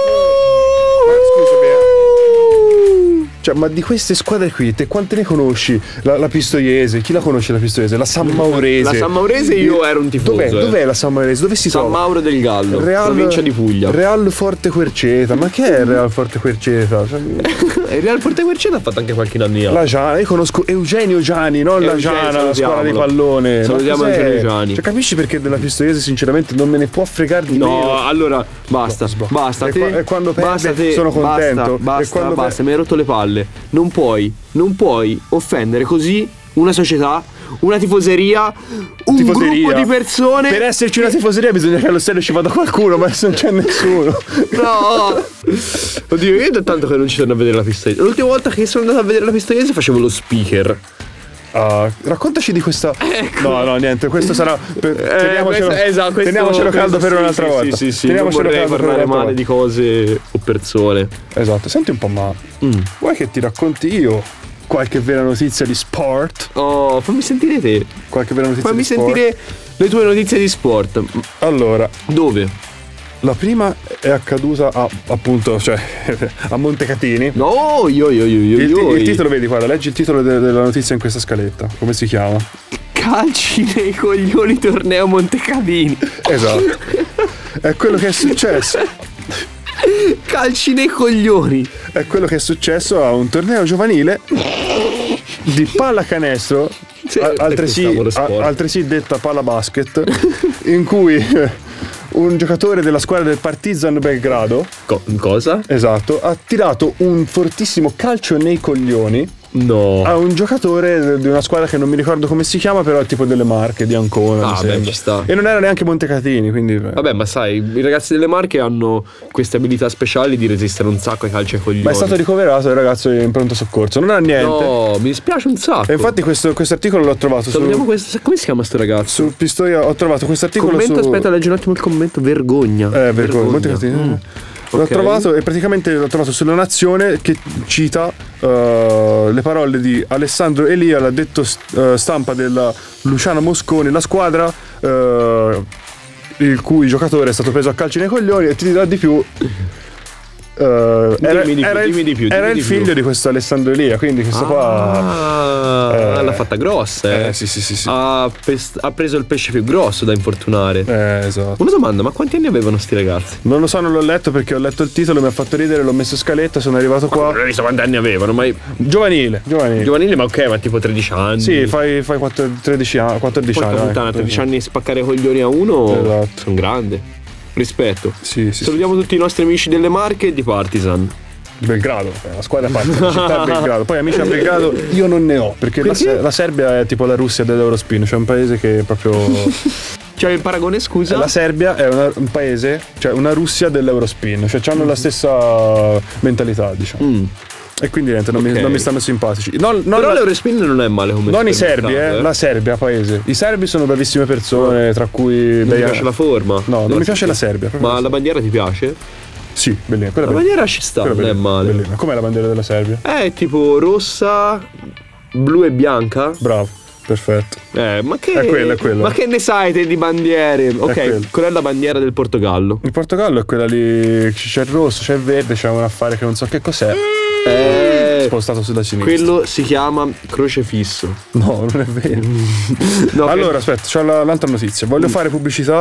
Cioè, ma di queste squadre qui, te quante ne conosci? La, la Pistoiese, chi la conosce la Pistoiese? La San Maurese. La San Maurese io ero un tifoso. Dov'è, eh. dov'è la San Maurese? Dove si San trova? Mauro del Gallo, Real, provincia di Puglia. Real Forte Querceta, ma che è il Real Forte Querceta? Cioè, Il Real Forte Querceta ha fatto anche qualche anno fa. la Giana, io conosco Eugenio Giani, non la Eugenio, Giana, la squadra di salutiamolo. pallone. Salutiamo Ma cos'è? Eugenio Giani. Cioè, capisci perché della Pistoiese sinceramente non me ne può fregare di No, meno? allora basta, Sbo- basta e te, qua- e quando perde basta te, sono basta, contento. Basta, E quando basta, per- mi hai rotto le palle. Non puoi, non puoi offendere così una società, una tifoseria, un Tifoseria. gruppo di persone. Per esserci una tifoseria bisogna che allo stadio ci vada qualcuno, ma adesso non c'è nessuno. No! Oddio, io da tanto che non ci torno a vedere la Pistoiese. L'ultima volta che sono andato a vedere la Pistoiese facevo lo speaker. Ah, raccontaci di questa. No, no, niente, questo sarà. Per... Eh, Teniamocelo, questo- esatto, questo- teniamocelo caldo questo per sì, un'altra sì, volta. Sì, sì, sì. Teniamocelo Non vorrei caldo per parlare un'altra male volta. di cose o persone. Esatto, senti un po', ma Mm. vuoi che ti racconti io qualche vera notizia di sport? Oh, fammi sentire te. Qualche vera notizia Fammi di sport? sentire le tue notizie di sport. Allora, Dove? la prima è accaduta a, appunto, cioè a Montecatini. No, io, io, io, io, Il, io. il titolo, vedi, guarda, leggi il titolo de- della notizia in questa scaletta. Come si chiama? Calci nei coglioni torneo Montecatini. Esatto. È quello che è successo. Calci nei coglioni. È quello che è successo a un torneo giovanile di pallacanestro, Sì, a- altresì, perché stavo lo sport. a- altresì detta pallabasket, in cui un giocatore della squadra del Partizan Belgrado, Co- cosa? esatto, ha tirato un fortissimo calcio nei coglioni No. a un giocatore di una squadra che non mi ricordo come si chiama, però è tipo delle Marche, di Ancona, Ah, mi beh, sembra. ci sta. E non era neanche Montecatini, quindi Vabbè, ma sai, i ragazzi delle Marche hanno queste abilità speciali di resistere un sacco ai calci ai coglioni. ma è stato ricoverato il ragazzo in pronto soccorso, non ha niente. No, mi dispiace un sacco. E infatti questo articolo l'ho trovato Salutiamo su, questo. Come si chiama sto ragazzo? su Pistoia, ho trovato questo articolo Commento, su aspetta, leggi un attimo il commento. Vergogna. Eh, vergogna. Montecatini. Mm. L'ho Ok. trovato e praticamente l'ho trovato sulla Nazione che cita eh, le parole di Alessandro Elia, l'addetto eh, stampa della Luciano Mosconi, la squadra eh, il cui giocatore è stato preso a calci nei coglioni, e ti dirò di più. eh, era Dimmi di più, era il, dimmi di più, era dimmi il di più. figlio di questo Alessandro Elia, quindi questo qua Ah, Eh. l'ha fatta grossa, eh. eh, sì sì sì sì Ha, pes- ha preso il pesce più grosso da infortunare. eh, esatto. Una domanda, ma quanti anni avevano sti ragazzi? Non lo so, non l'ho letto perché ho letto il titolo, mi ha fatto ridere, l'ho messo in scaletta, sono arrivato qua. Non ho visto quanti anni avevano, ma Giovanile, giovanile. giovanile, ma ok, ma tipo tredici anni. Sì, fai, fai quattro- tredici anni, quattordici Porca anni. puttana, dai. tredici anni spaccare i coglioni a uno. Esatto. Sono grande. Rispetto. Sì, sì, Salutiamo tutti i nostri amici delle Marche e di Partizan. Belgrado, eh, la squadra parte la città è Belgrado. Poi amici a Belgrado io non ne ho, perché, La, Perché? Se- la Serbia è tipo la Russia dell'Eurospin, cioè un paese che è proprio. C'è il paragone, scusa? La Serbia è una- un paese, cioè una Russia dell'Eurospin, cioè hanno la stessa mentalità, diciamo. Mm. E quindi niente, non, Ok. mi, non mi stanno simpatici. Non, non Però la- l'Eurospin non è male come non i supermercato, serbi, eh, la Serbia paese. I serbi sono bravissime persone, tra cui Non ti Dejan- piace la forma? No, non mi piace la Serbia. proprio Ma la la bandiera ti piace? Sì, bellina. Quella La bellina. bandiera ci sta, Quella non è bellina, male. bellina. Com'è la bandiera della Serbia? È tipo rossa, blu e bianca. Bravo, perfetto. Eh, ma che È quello, è quello. Ma che ne sai te di bandiere? quello. Ok, qual è la bandiera del Portogallo? Il Portogallo è quella lì. C'è il rosso, c'è il verde, c'è un affare che non so che cos'è. Eh, Spostato sulla sinistra. quello si chiama crocefisso. No, non è vero. No, Allora, aspetta, c'ho la- l'altra notizia. Voglio fare pubblicità.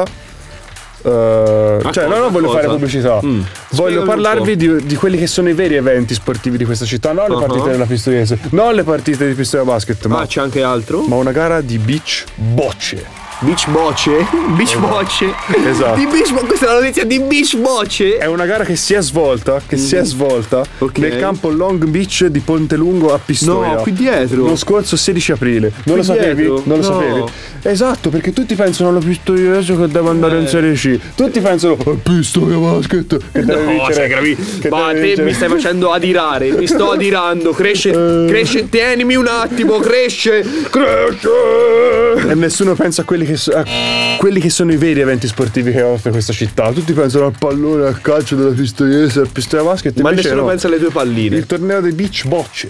eh, cioè, cosa, no, non voglio cosa? fare pubblicità. Mm. Voglio Spiegami un parlarvi di, di quelli che sono i veri eventi sportivi di questa città. Non le Uh-huh. partite della Pistoiese, non le partite di Pistoia Basket, ma ma, c'è anche altro? ma una gara di beach bocce. Beach bocce? Beach bocce? Esatto. Di beach, questa è la notizia di beach bocce? È una gara che si è svolta, che si è svolta Ok. nel campo Long Beach di Pontelungo a Pistoia. No, qui dietro. Lo scorso sedici aprile. Non Qui lo sapevi? dietro? Non lo No. sapevi? Esatto, perché tutti pensano alla Pistoiese che deve andare eh. in Serie C. Tutti pensano al Pistoia Basket che deve no, vincere. Sei gravi. Che Ma te vincere. Mi stai facendo adirare. Mi sto adirando. Cresce, eh. cresce. Tienimi un attimo. Cresce, cresce. E nessuno pensa a quelli che, so, a quelli che sono i veri eventi sportivi che offre questa città. Tutti pensano al pallone, al calcio della Pistoiese, al Pistoia Basket. Ma nessuno no. pensa alle tue palline. Il torneo dei beach bocce.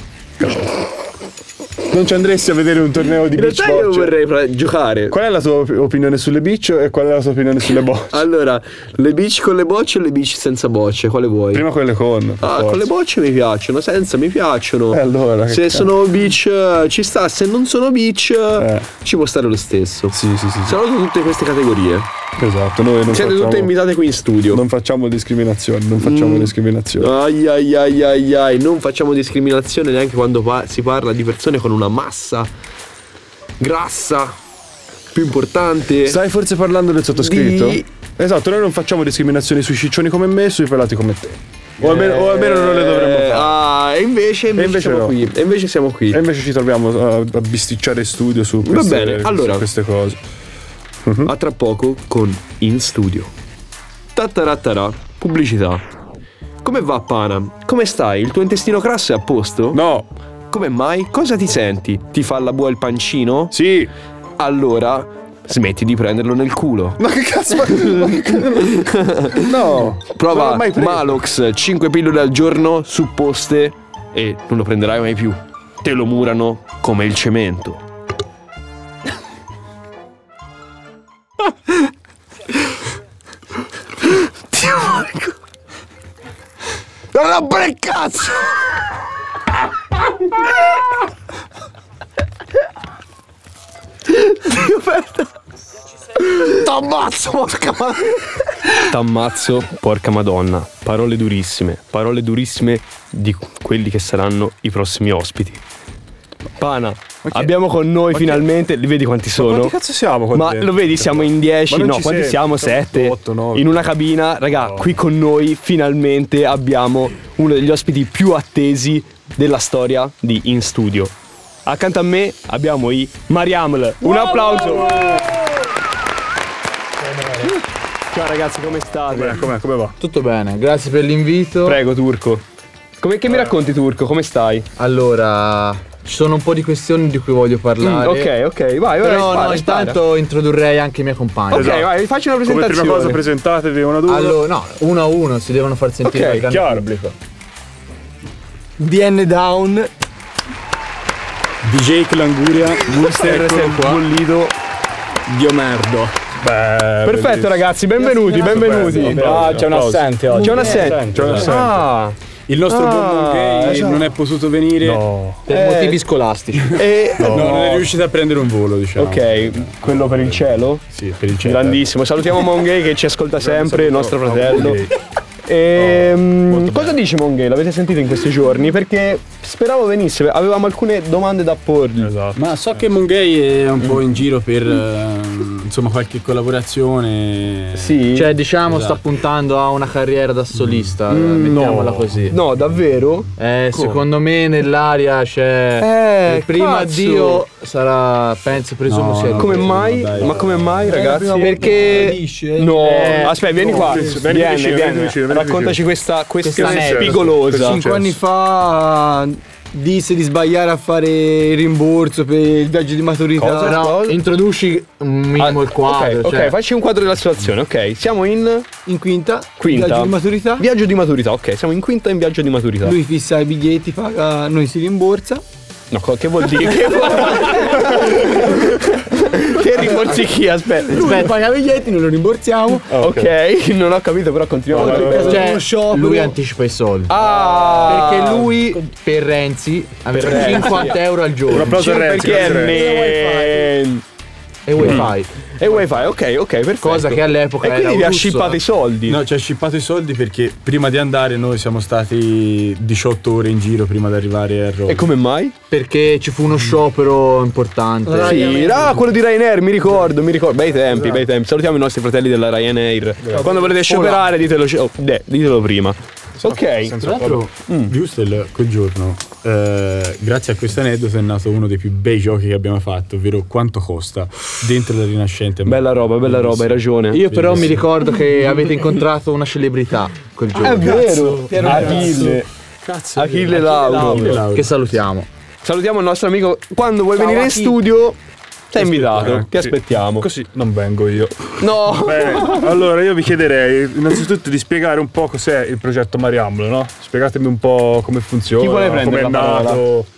Non ci andresti a vedere un torneo di in beach bocce? Io vorrei pra- giocare. Qual è la tua opinione sulle beach e qual è la tua opinione sulle bocce? Allora, le beach con le bocce o le beach senza bocce? Quale vuoi? Prima quelle con. Ah, forza. Con le bocce mi piacciono, senza mi piacciono. E allora, se sono beach ci sta, se non sono beach eh. ci può stare lo stesso. Sì, sì, sì. Saluto tutte queste categorie. Esatto, noi non siete facciamo, tutte invitate qui in studio. Non facciamo discriminazioni, non facciamo mm. discriminazioni. Ai ai ai ai ai, non facciamo discriminazione neanche quando pa- si parla di persone con una massa grassa più importante. Stai forse parlando del sottoscritto? Di... Esatto, noi non facciamo discriminazioni sui ciccioni come me e sui pelati come te. O almeno, o almeno non le dovremmo fare. Ah, e invece, invece, e invece siamo no. qui. E invece siamo qui. E invece ci troviamo a, a bisticciare in studio su queste, Va bene, allora, su queste cose. Uh-huh. A tra poco con In Studio. Tattarattara, pubblicità. Come va, Pana? Come stai? Il tuo intestino grasso è a posto? No. Come mai? Cosa ti senti? Ti fa la bua il pancino? Sì. Allora smetti di prenderlo nel culo. Ma che cazzo? No. Prova Malox, cinque pillole al giorno supposte e non lo prenderai mai più. Te lo murano come il cemento. Ti prego. Non rompere il cazzo. Dio merda. T'ammazzo, porca madonna. T'ammazzo, porca madonna. Parole durissime. Parole durissime di quelli che saranno i prossimi ospiti. Pana, okay. Abbiamo con noi okay. finalmente, li vedi quanti sono? Ma quanti cazzo siamo qua Ma dentro? Lo vedi, siamo in dieci, no, quanti sei? Siamo? sette otto, nove In una cabina, raga, no. Qui con noi finalmente abbiamo uno degli ospiti più attesi della storia di In Studio. Accanto a me abbiamo i Mariaml. Un wow, applauso. Wow, wow. Ciao ragazzi, come state? Com'è, com'è, come va? Tutto bene, grazie per l'invito. Prego Turco. Come, che mi racconti Turco, come stai? Allora, ci sono un po' di questioni di cui voglio parlare. Mm, ok, ok, vai, vai. Però spara, no, spara. intanto introdurrei anche i miei compagni. Ok, esatto. vai, facci una presentazione. Come prima cosa presentatevi una due. Allora, no, uno a uno si devono far sentire okay, dal grande chiaro. pubblico. D N Down, D J Clanguria, Booster ecco, bollito, Dio merdo. Beh, perfetto bellissimo. Ragazzi, benvenuti, benvenuti. Ah, c'è un assente oggi. C'è un assente. C'è un assente. Ah. Il nostro ah, buon Monghei esatto. non è potuto venire no. per eh, motivi scolastici. E no, no, non è riuscito a prendere un volo, diciamo. Ok, quello per il cielo? Sì, per il cielo. Grandissimo. Salutiamo Monghei che ci ascolta sempre, il nostro fratello. E, um, cosa dice Monghei? L'avete sentito in questi giorni? Perché speravo venisse, avevamo alcune domande da porgli. Esatto. Ma so che Monghei è un po' in giro per uh, insomma qualche collaborazione. Sì. Cioè diciamo esatto. sta puntando a una carriera da solista, mm, mettiamola no. così. No, davvero? Eh, secondo me nell'aria c'è eh, il primo cazzo. addio sarà, penso, presumo no, sia no, come no, mai? dai, Ma come mai, ragazzi? Perché no, eh, aspetta, vieni no, qua. Vieni, vieni, vieni, vieni, vieni, vieni. vieni. Raccontaci questa questione Questa spigolosa. Cinque anni fa disse di sbagliare a fare il rimborso per il viaggio di maturità. Cosa? No, introduci un minimo ah, il quadro. Ok, cioè. okay, facci un quadro della situazione. Ok, siamo in in quinta, quinta. Viaggio di maturità. Viaggio di maturità, ok, siamo in quinta in viaggio di maturità. Lui fissa i biglietti, paga, noi si rimborsa. No, che vuol dire? Che vuol Che rimborsi chi? Aspetta. Lui Aspetta. paga i biglietti, noi lo rimborsiamo. Oh, ok, okay. Non ho capito, però continuiamo. No, cioè, lui anticipa i soldi. Ah, perché lui per Renzi aveva per cinquanta Renzi. euro al giorno. Un applauso a Renzi. Perché è e wifi. E wifi, ok, ok, perfetto. Cosa che all'epoca e era quindi vi ha lusso. scippato i soldi. No, ci ha scippato i soldi perché prima di andare noi siamo stati diciotto ore in giro prima di arrivare a Roma. E come mai? Perché ci fu uno sciopero importante. Sì, ah, quello di Ryanair, mi ricordo, mi ricordo. Bei tempi, bei tempi. Salutiamo i nostri fratelli della Ryanair. Quando volete scioperare, ditelo, oh, de, ditelo prima. Ok. Senza Tra l'altro, Mm. Giustel, quel giorno, eh, grazie a questo aneddoto è nato uno dei più bei giochi che abbiamo fatto, ovvero quanto costa dentro la Rinascente. Bella roba, bella roba, hai ragione. Io però mi ricordo che avete incontrato una celebrità quel giorno. È vero, Achille. Cazzo, Achille Lauro. Che salutiamo. Salutiamo il nostro amico. Quando vuoi Ciao, venire in Achille. studio, sei invitato. Eh, Ti sì. aspettiamo. Così non vengo io. No. Bene, allora io vi chiederei innanzitutto di spiegare un po' cos'è il progetto Mariamolo, no? Spiegatemi un po' come funziona, Chi vuole prendere come è la parola? nato.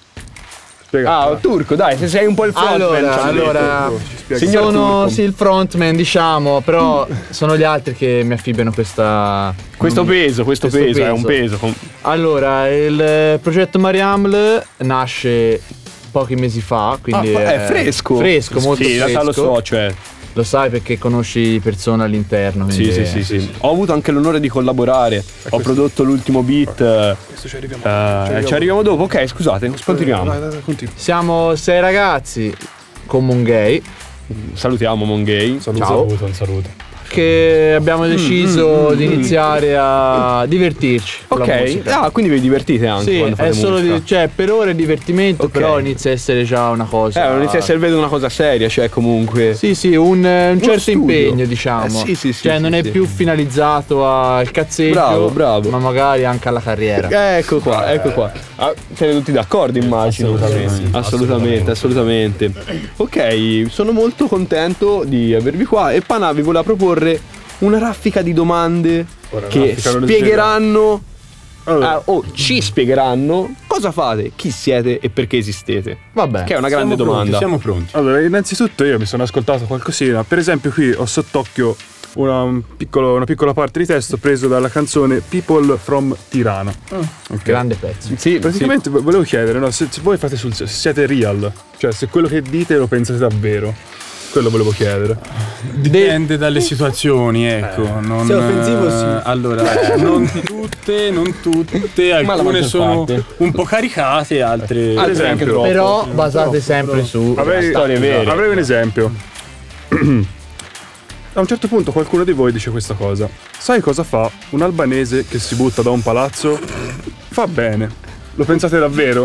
Spiegate. Ah, Turco, dai, se sei un po' il frontman. Allora, ci allora detto. Signor sono Turco. sì il frontman, diciamo, però sono gli altri che mi affibbiano questa Questo peso, questo, Questo peso, è peso. un peso. Com- Allora, il progetto Mariaml nasce pochi mesi fa, quindi Ah, è fresco. Fresco, molto Sì, in fresco. realtà lo so, cioè. Lo sai perché conosci persone all'interno. Sì, quindi- sì, sì, sì. Ho avuto anche l'onore di collaborare. Ho prodotto l'ultimo beat. eh, Questo ci arriviamo. eh, ci arriviamo dopo. Ok, scusate, continuiamo. Dai, dai, dai, continua. Siamo sei ragazzi con Mongay Salutiamo Mongay. Un Ciao. saluto, un saluto. che abbiamo deciso di iniziare a divertirci con la Ok, musica. ah, quindi vi divertite anche Sì, quando fate è solo musica. di- cioè per ora è divertimento, Ok. però inizia a essere già una cosa. Eh, non inizia a essere vedo una cosa seria, cioè comunque. Sì, sì, un, un certo studio. impegno, diciamo. Eh, sì, sì, sì, cioè sì, non è sì. più finalizzato al cazzeggio, Bravo, bravo. ma magari anche alla carriera. Ecco qua, ecco qua. Ah, siete tutti d'accordo, immagino. Assolutamente. Assolutamente, assolutamente. Ok, sono molto contento di avervi qua e Pana vi voleva proporre una raffica di domande Ora, che raffica non spiegheranno Allora. ah, o ci spiegheranno cosa fate, chi siete e perché esistete. Vabbè. Che è una grande Siamo pronti, domanda. siamo pronti. Allora, innanzitutto io mi sono ascoltato qualcosina. Per esempio, qui ho sott'occhio una, un piccolo- una piccola parte di testo preso dalla canzone People from Tirana. Ok. Grande pezzo. Sì, Praticamente vo- volevo chiedere, no, se, se voi fate sul se siete real, cioè se quello che dite lo pensate davvero. Quello volevo chiedere. Dipende dalle situazioni, ecco. Non, Se è offensivo, sì. eh, Allora, non tutte, non tutte, alcune maggior sono parte. un po' caricate, altre. Altre esempio. anche troppo. Però basate sempre su Avrei, storie vere. avrei un esempio. A un certo punto qualcuno di voi dice questa cosa. Sai cosa fa un albanese che si butta da un palazzo? Fa bene. Lo pensate davvero?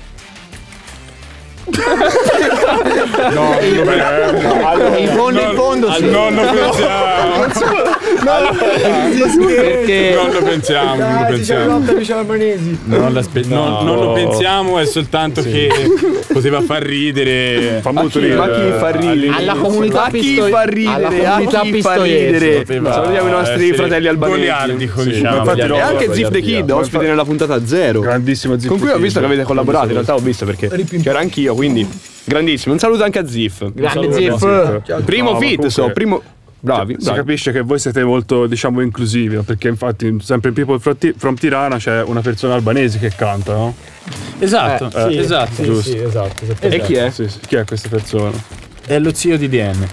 No, in fondo in fondo sì. Non lo pensiamo. Perché Non lo pensiamo, non lo pensiamo. Non, la spe- non- non lo pensiamo, è soltanto che poteva far ridere. fa Ma molto chi, ridere. ma chi fa ridere? alla comunità Ma chi pisto- fa alla ridere? A comunità chi fa pistoiese. ridere? Poteva Salutiamo i nostri essere fratelli albanesi. goliardico, Sì, diciamo. ma infatti E no, anche Zip the Kid, ospite nella puntata zero. Grandissimo Zip Con cui the ho visto Kid. che avete collaborato, in realtà ho visto perché c'era anch'io, quindi grandissimo. Un saluto anche a Zif. Grande Saluto, Zip. Zip. Primo No, ma fit, comunque- so, primo bravi, Si bravi. capisce che voi siete molto, diciamo, inclusivi, no? Perché infatti sempre in People from Ti- from Tirana c'è una persona albanese che canta, no? Esatto, Eh, sì, esatto. giusto. Sì, esatto, esatto. E chi è? Sì, sì. Chi è questa persona? È lo zio di D N.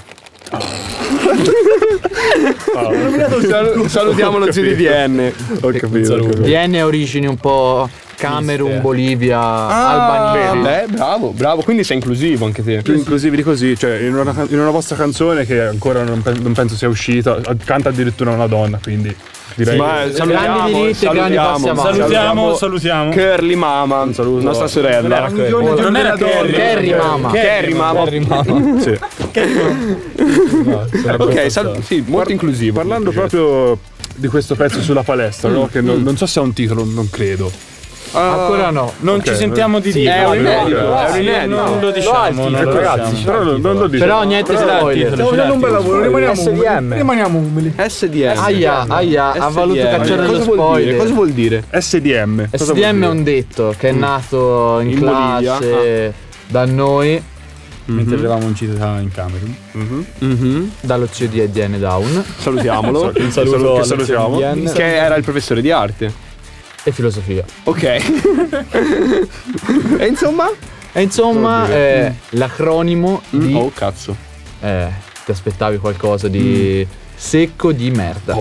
Sal- salutiamo lo zio di D N. Ho capito, ho capito. D N ha origini un po' Camerun, Bolivia, Albania. Ah, beh, bravo, bravo. Quindi sei inclusivo anche te. Più inclusivi di così, cioè in una, in una vostra canzone che ancora non, pe- non penso sia uscita, canta addirittura una donna, quindi direi Ma che- salutiamo, Grandi diritti e grandi passi salutiamo, avanti. Salutiamo, salutiamo. Curly Mama, Un saluto. nostra sorella. Non era Kerry. Kerry Mama. Kerry Mama. sì. Ok, sal- sì, molto inclusivo. Parlando proprio di questo pezzo sulla palestra, no? Che non, non so se ha un titolo, non credo. Ancora no. Non Ok. ci sentiamo di È dire. un inedito, è un Sì, inedito. non lo diciamo, non lo Ragazzi, diciamo. però non, non lo dico. Però niente spoiler. Stiamo facendo un bel lavoro, rimaniamo S D M. Rimaniamo umili. S D M. Aia, aia, ha voluto S D M. cacciare lo Cosa vuol dire? spoiler. Cosa vuol dire? S D M. Cosa S D vuol M è dire? un detto che è nato in, In Bolivia. classe da noi, Mentre eravamo in città in Camerun. Mhm. dallo zio di D N Down Salutiamolo. Un saluto che allo salutiamo. zio di D N. Che era il professore di arte. e filosofia. Ok. E insomma? E insomma è l'acronimo di... Oh cazzo. Eh, ti aspettavi qualcosa di secco di merda.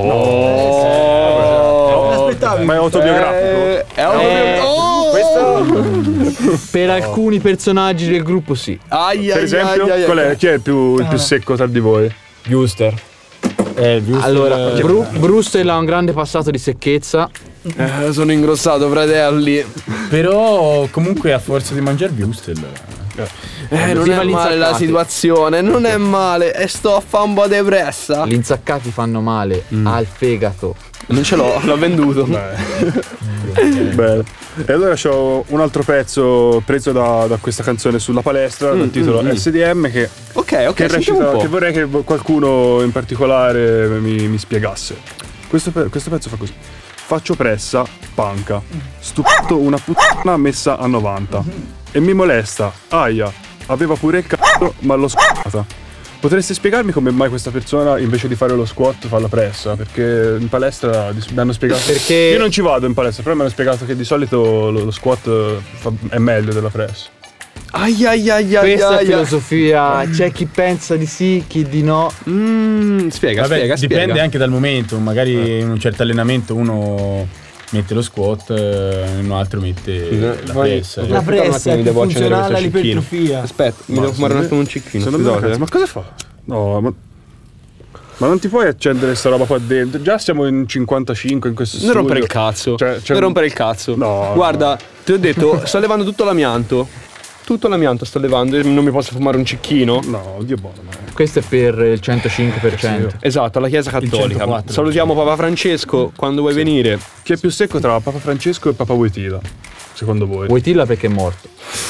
Oh. Ma è autobiografico. Eh, è autobiografico. Oh. Per alcuni personaggi del gruppo sì. Ai, Per ai, esempio, ai, ai, qual è? ai. Chi è il più, il più secco tra di voi? Giuster. Eh, Giuster. Allora, Bru- Brustel ha un grande passato di secchezza. Eh, sono ingrossato, fratelli. Però comunque a forza di mangiare Wustel. Eh, non è male la situazione, non è male. E sto a fare un po' depressa. Gli insaccati fanno male al fegato. Non ce l'ho, l'ho venduto. Bene. E allora c'ho un altro pezzo preso da, da questa canzone sulla palestra, Mm, dal titolo mm, mm. S D M, che, Ok, ok, che, sentiamo un recita, po'. che vorrei che qualcuno in particolare mi, mi spiegasse. Questo, pe- questo pezzo fa così. Faccio pressa, panca. Stupido una puttana messa a novanta. E mi molesta, aia, aveva pure il c***o, ma l'ho sc***ata. Potresti spiegarmi come mai questa persona invece di fare lo squat fa la pressa? Perché in palestra mi hanno spiegato. Perché io non ci vado in palestra, però mi hanno spiegato che di solito lo, lo squat fa, è meglio della pressa. Ai ai ai ai Questa ai, è ai. filosofia. C'è chi pensa di sì, chi di no. Mm, spiega, Vabbè, spiega, dipende spiega. anche dal momento. Magari in un certo allenamento uno mette lo squat, eh, in un altro mette la Vai. pressa. La La Aspetta un attimo, pressa mi è devo più accendere funzionale questo cecchino. all'ipertrofia. Aspetta, mi Ma devo fumare un secondo attimo un cecchino. Secondo me, Scusate. ragazzi, ma cosa fa? No, ma. Ma non ti puoi accendere sta roba qua dentro? Già siamo in cinquantacinque in questo Non studio. rompere il cazzo. Cioè, c'è Non un- rompere il cazzo. No. Guarda, ti ho detto, sto levando tutto l'amianto. Tutto l'amianto sto levando e non mi posso fumare un cecchino. No, Dio buono, ma. Questo è per il centocinque per cento. Esatto, alla Chiesa Cattolica. centoquattro. Salutiamo Papa Francesco quando vuoi venire. Chi è più secco tra Papa Francesco e Papa Wojtyla? Secondo voi? Wojtyla perché è morto.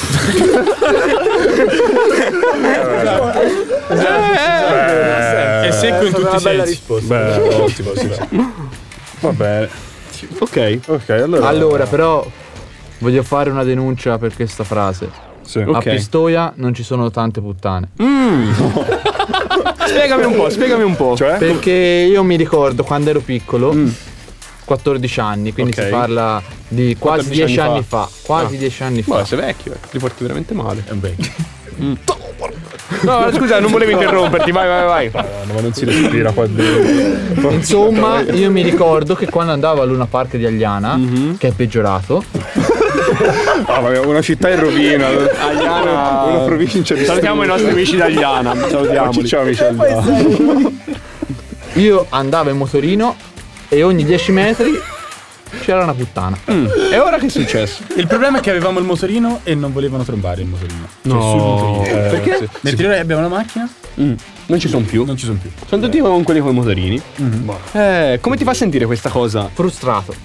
È secco in tutti i sensi. risposta. Beh, ottimo, sì. Va bene. Ok. Ok, allora. Allora, però voglio fare una denuncia per questa frase. Sì. A Ok. Pistoia non ci sono tante puttane. Spiegami un po', spiegami un po'. Cioè? Perché io mi ricordo quando ero piccolo, quattordici anni, quindi Ok. si parla di quasi quattordici dieci anni anni fa. Quasi Ah. dieci anni fa. Ma sei vecchio, eh. Ti porti veramente male. È un vecchio. No, scusa, non volevo interromperti. Vai, vai, vai. No, ma non si respira qua dentro. Insomma, io mi ricordo che quando andavo a Luna Park di Agliana, che è peggiorato, Ah, ma una città in rovina. Agliana. Una provincia di. Salutiamo i nostri amici d'Agliana. Salutiamoli. Ciao amici Agliana. io andavo in motorino e ogni dieci metri c'era una puttana. E ora che è successo? Il problema è che avevamo il motorino e non volevano trombare il motorino. Cioè, No. sul motorino. Eh, Perché? sì. Mentre noi abbiamo la macchina, Mm. Non ci sono più. non ci sono più. Sono tutti con quelli con i motorini. Eh, come ti fa sentire questa cosa? Frustrato.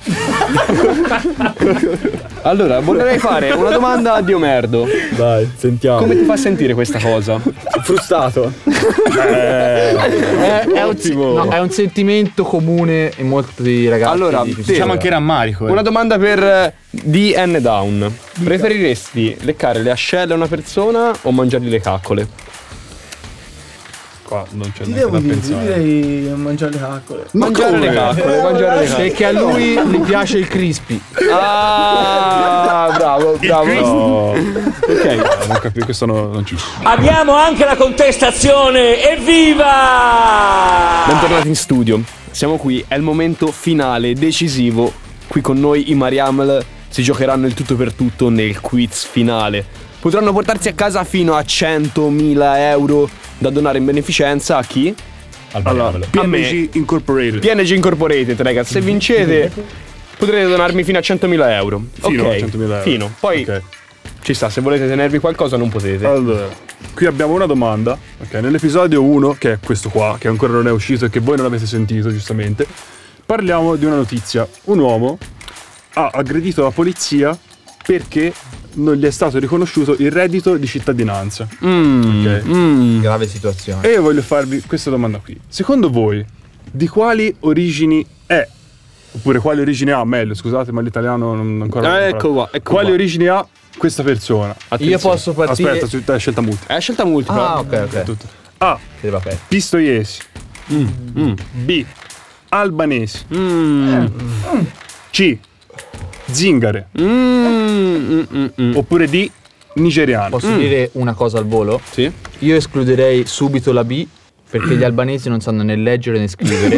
Allora, vorrei fare una domanda a Diomerdo. Dai, sentiamo. Come ti fa sentire questa cosa? Frustrato. È, è un, no, è un sentimento comune in molti ragazzi. Allora, di- te- Diciamo anche rammarico. Eh. Una domanda per eh, D N Down. Preferiresti leccare le ascelle a una persona o mangiargli le caccole? Qua non c'è Ti neanche devo da dire, pensare. direi mangiare le caccole. Mangiare le caccole, mangiare le caccole. Perché a lui gli piace il crispy. Ah, bravo, bravo. No. Ok. No, non capisco, questo no- non ci. Abbiamo anche la contestazione, evviva! Bentornati in studio. Siamo qui, è il momento finale, decisivo. Qui con noi i Mariaml si giocheranno il tutto per tutto nel quiz finale. Potranno portarsi a casa fino a centomila euro da donare in beneficenza a chi? Allora, P A M me. G Incorporated. P N G Incorporated, ragazzi. Se vincete potrete donarmi fino a centomila euro. Fino Ok, a centomila euro. Fino. Poi Ok. ci sta, se volete tenervi qualcosa non potete. Allora, qui abbiamo una domanda. Ok, nell'episodio uno, che è questo qua, che ancora non è uscito e che voi non avete sentito, giustamente, parliamo di una notizia. Un uomo ha aggredito la polizia perché non gli è stato riconosciuto il reddito di cittadinanza. Mm, Ok. mm. Grave situazione. E io voglio farvi questa domanda qui. Secondo voi, di quali origini è? Oppure quali origini ha? Meglio, scusate, ma l'italiano non ancora. Ah, ecco qua, ecco Quali qua. origini ha questa persona? Io posso partire. Aspetta, su- dai, scelta multipla. È scelta multipla. Ah, ok, ok. Tutto. A. Che va bene. Pistoiesi. Mm. B. Albanesi. Mm. C. Zingare. Mm, mm, mm, mm. Oppure D. Nigeriani. Posso dire una cosa al volo? Sì. Io escluderei subito la B perché gli albanesi non sanno né leggere né scrivere.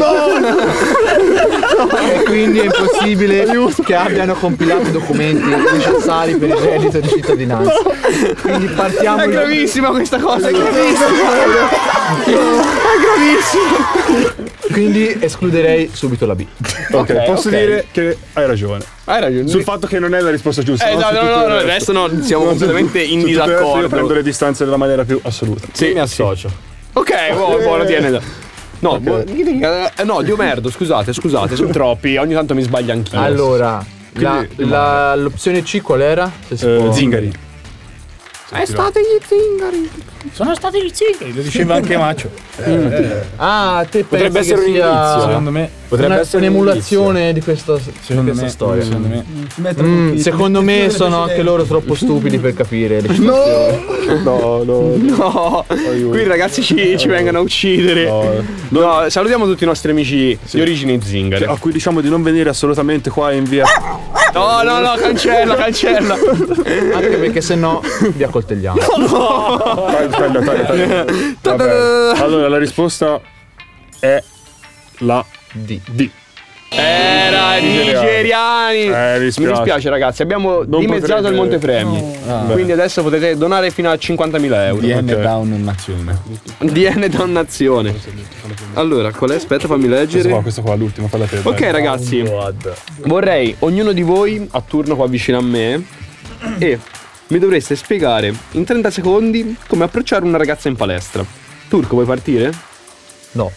E quindi è impossibile che abbiano compilato i documenti necessari per il reddito di cittadinanza. Quindi partiamo. È in- gravissima questa cosa, è gravissima. È gravissima. Quindi escluderei subito la B. Ok, Ok, posso ok. dire che hai ragione. Hai ragione. Sul fatto che non è la risposta giusta. Eh, non no, su no, tutto no, il no, resto. adesso no, siamo Non su- completamente in su tutto il resto disaccordo. Io prendo le distanze nella maniera più assoluta. Sì, mi associo. Ok, buono, buono, tiene. No, Ok. buono- eh, no, Diomerdo, scusate, scusate, sono troppi. Ogni tanto mi sbaglio anch'io. Allora, la- Quindi, la- l'opzione C qual era? Se si Eh, può- Zingari. È stato gli zingari. Sono stati gli zingari, lo diceva anche Macio. Ah, te Potrebbe pensi essere che un sia indizio, Secondo me. Potrebbe una- essere un un'emulazione di questa, di Secondo questa me. storia. Secondo me. Mm, secondo me sono anche loro troppo stupidi per capire le situazioni. No, no. No, qui i ragazzi ci, ci vengono a uccidere. No. No, salutiamo tutti i nostri amici di origini zingare. A cui diciamo di non venire assolutamente qua in via. No, no, no, cancella, cancella. Anche perché sennò vi accoltelliamo. Taglia, taglia, taglia, taglia. Vabbè. Allora, la risposta è la D. D. Era nigeriani. Eh, mi Mi dispiace. dispiace ragazzi, abbiamo Non dimezzato potrete- il montepremi. Quindi adesso potete donare fino a cinquantamila euro. D N Ok. Down Nazione. D N dannazione. Allora, qual è? Aspetta, fammi Questo leggere. qua, questo qua, l'ultimo, falla te. Ok dai. ragazzi, vorrei ognuno di voi a turno qua vicino a me e mi dovreste spiegare in trenta secondi come approcciare una ragazza in palestra. Turco, vuoi partire? No.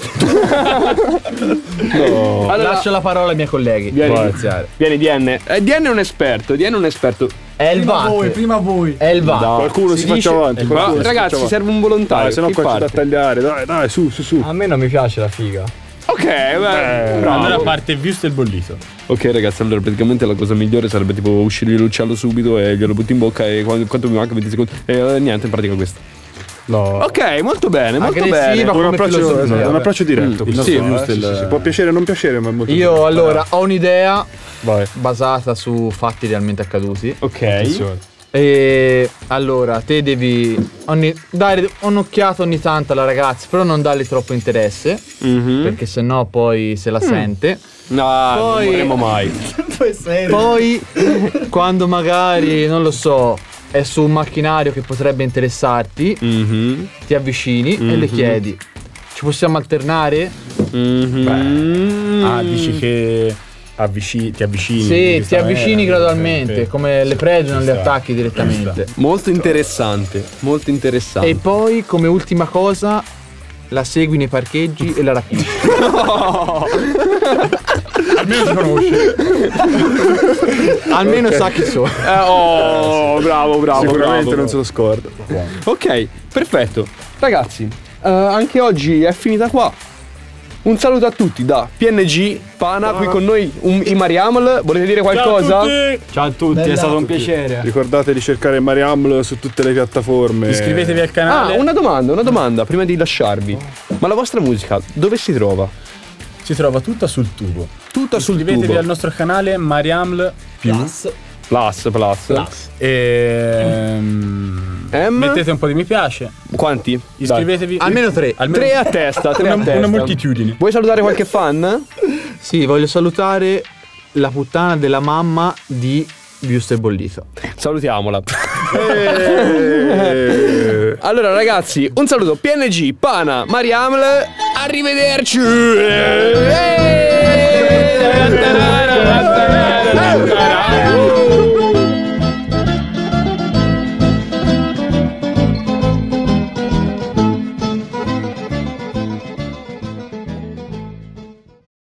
No. Allora, Lascio la parola ai miei colleghi. Vieni. Per iniziare. vieni D N. Eh, D N è un esperto, D N è un esperto. È il V A T. prima voi. È il V A T. Qualcuno si, faccia avanti. Ma, qualcuno si ragazzi, faccia avanti. serve un volontario. Dai, se no Chi qua c'è da parte? tagliare. Dai, dai, su, su, su. A me non mi piace la figa. Ok, beh, Eh, bravo. Allora parte visto il bollito. Ok ragazzi, allora praticamente la cosa migliore sarebbe tipo uscire l'uccello subito e glielo butti in bocca e quando, quanto mi manca venti secondi e eh, niente, in pratica questo. No. Ok, molto bene, molto Aggressiva bene. Un come approccio, filosofia. esatto, un approccio diretto. Mm, Il sì, nostro, giusto, eh, il- sì, sì, può piacere o non piacere, ma è molto Io giusto. allora ho un'idea Vai. basata su fatti realmente accaduti. Ok. Attenzione. E allora te devi ogni- dare un'occhiata ogni tanto alla ragazza, però non dargli troppo interesse, Mhm. perché sennò poi se la sente. No, Poi- non vorremmo mai. Poi quando magari, non lo so, è su un macchinario che potrebbe interessarti, Mhm. ti avvicini e le chiedi: ci possiamo alternare? Mhm. Ah, dici che avvicini, ti avvicini. Sì, di ti questa avvicini maniera, gradualmente, ok, ok. come le prede non Ci le sta. attacchi direttamente. Molto interessante, molto interessante. E poi come ultima cosa la segui nei parcheggi e la rapisci. Almeno ti conosce. Almeno sa chi sono. Eh, oh, bravo, bravo. Sicuramente bravo. non se lo scorda. Ok, perfetto. Ragazzi, eh, anche oggi è finita qua. Un saluto a tutti da P N G, Pana, qui con noi un, i Mariaml. Volete dire qualcosa? Ciao a tutti, è stato un piacere. Ricordate di cercare Mariaml su tutte le piattaforme. Iscrivetevi al Ah, canale. una domanda, una domanda prima di lasciarvi. Ma la vostra musica dove si trova? Si trova tutta sul tubo. Tutta sul Iscrivetevi tubo. al nostro canale Mariaml Plus. Plus, plus. e M? mettete un po' di mi piace. Quanti? Iscrivetevi. Almeno tre. Almeno Tre a testa, tre una, a testa. una moltitudine. Vuoi salutare qualche fan? Sì, voglio salutare la puttana della mamma di Viusto e Bollito. Salutiamola. Allora ragazzi, un saluto P N G, Pana, Mariaml. Arrivederci. Eh!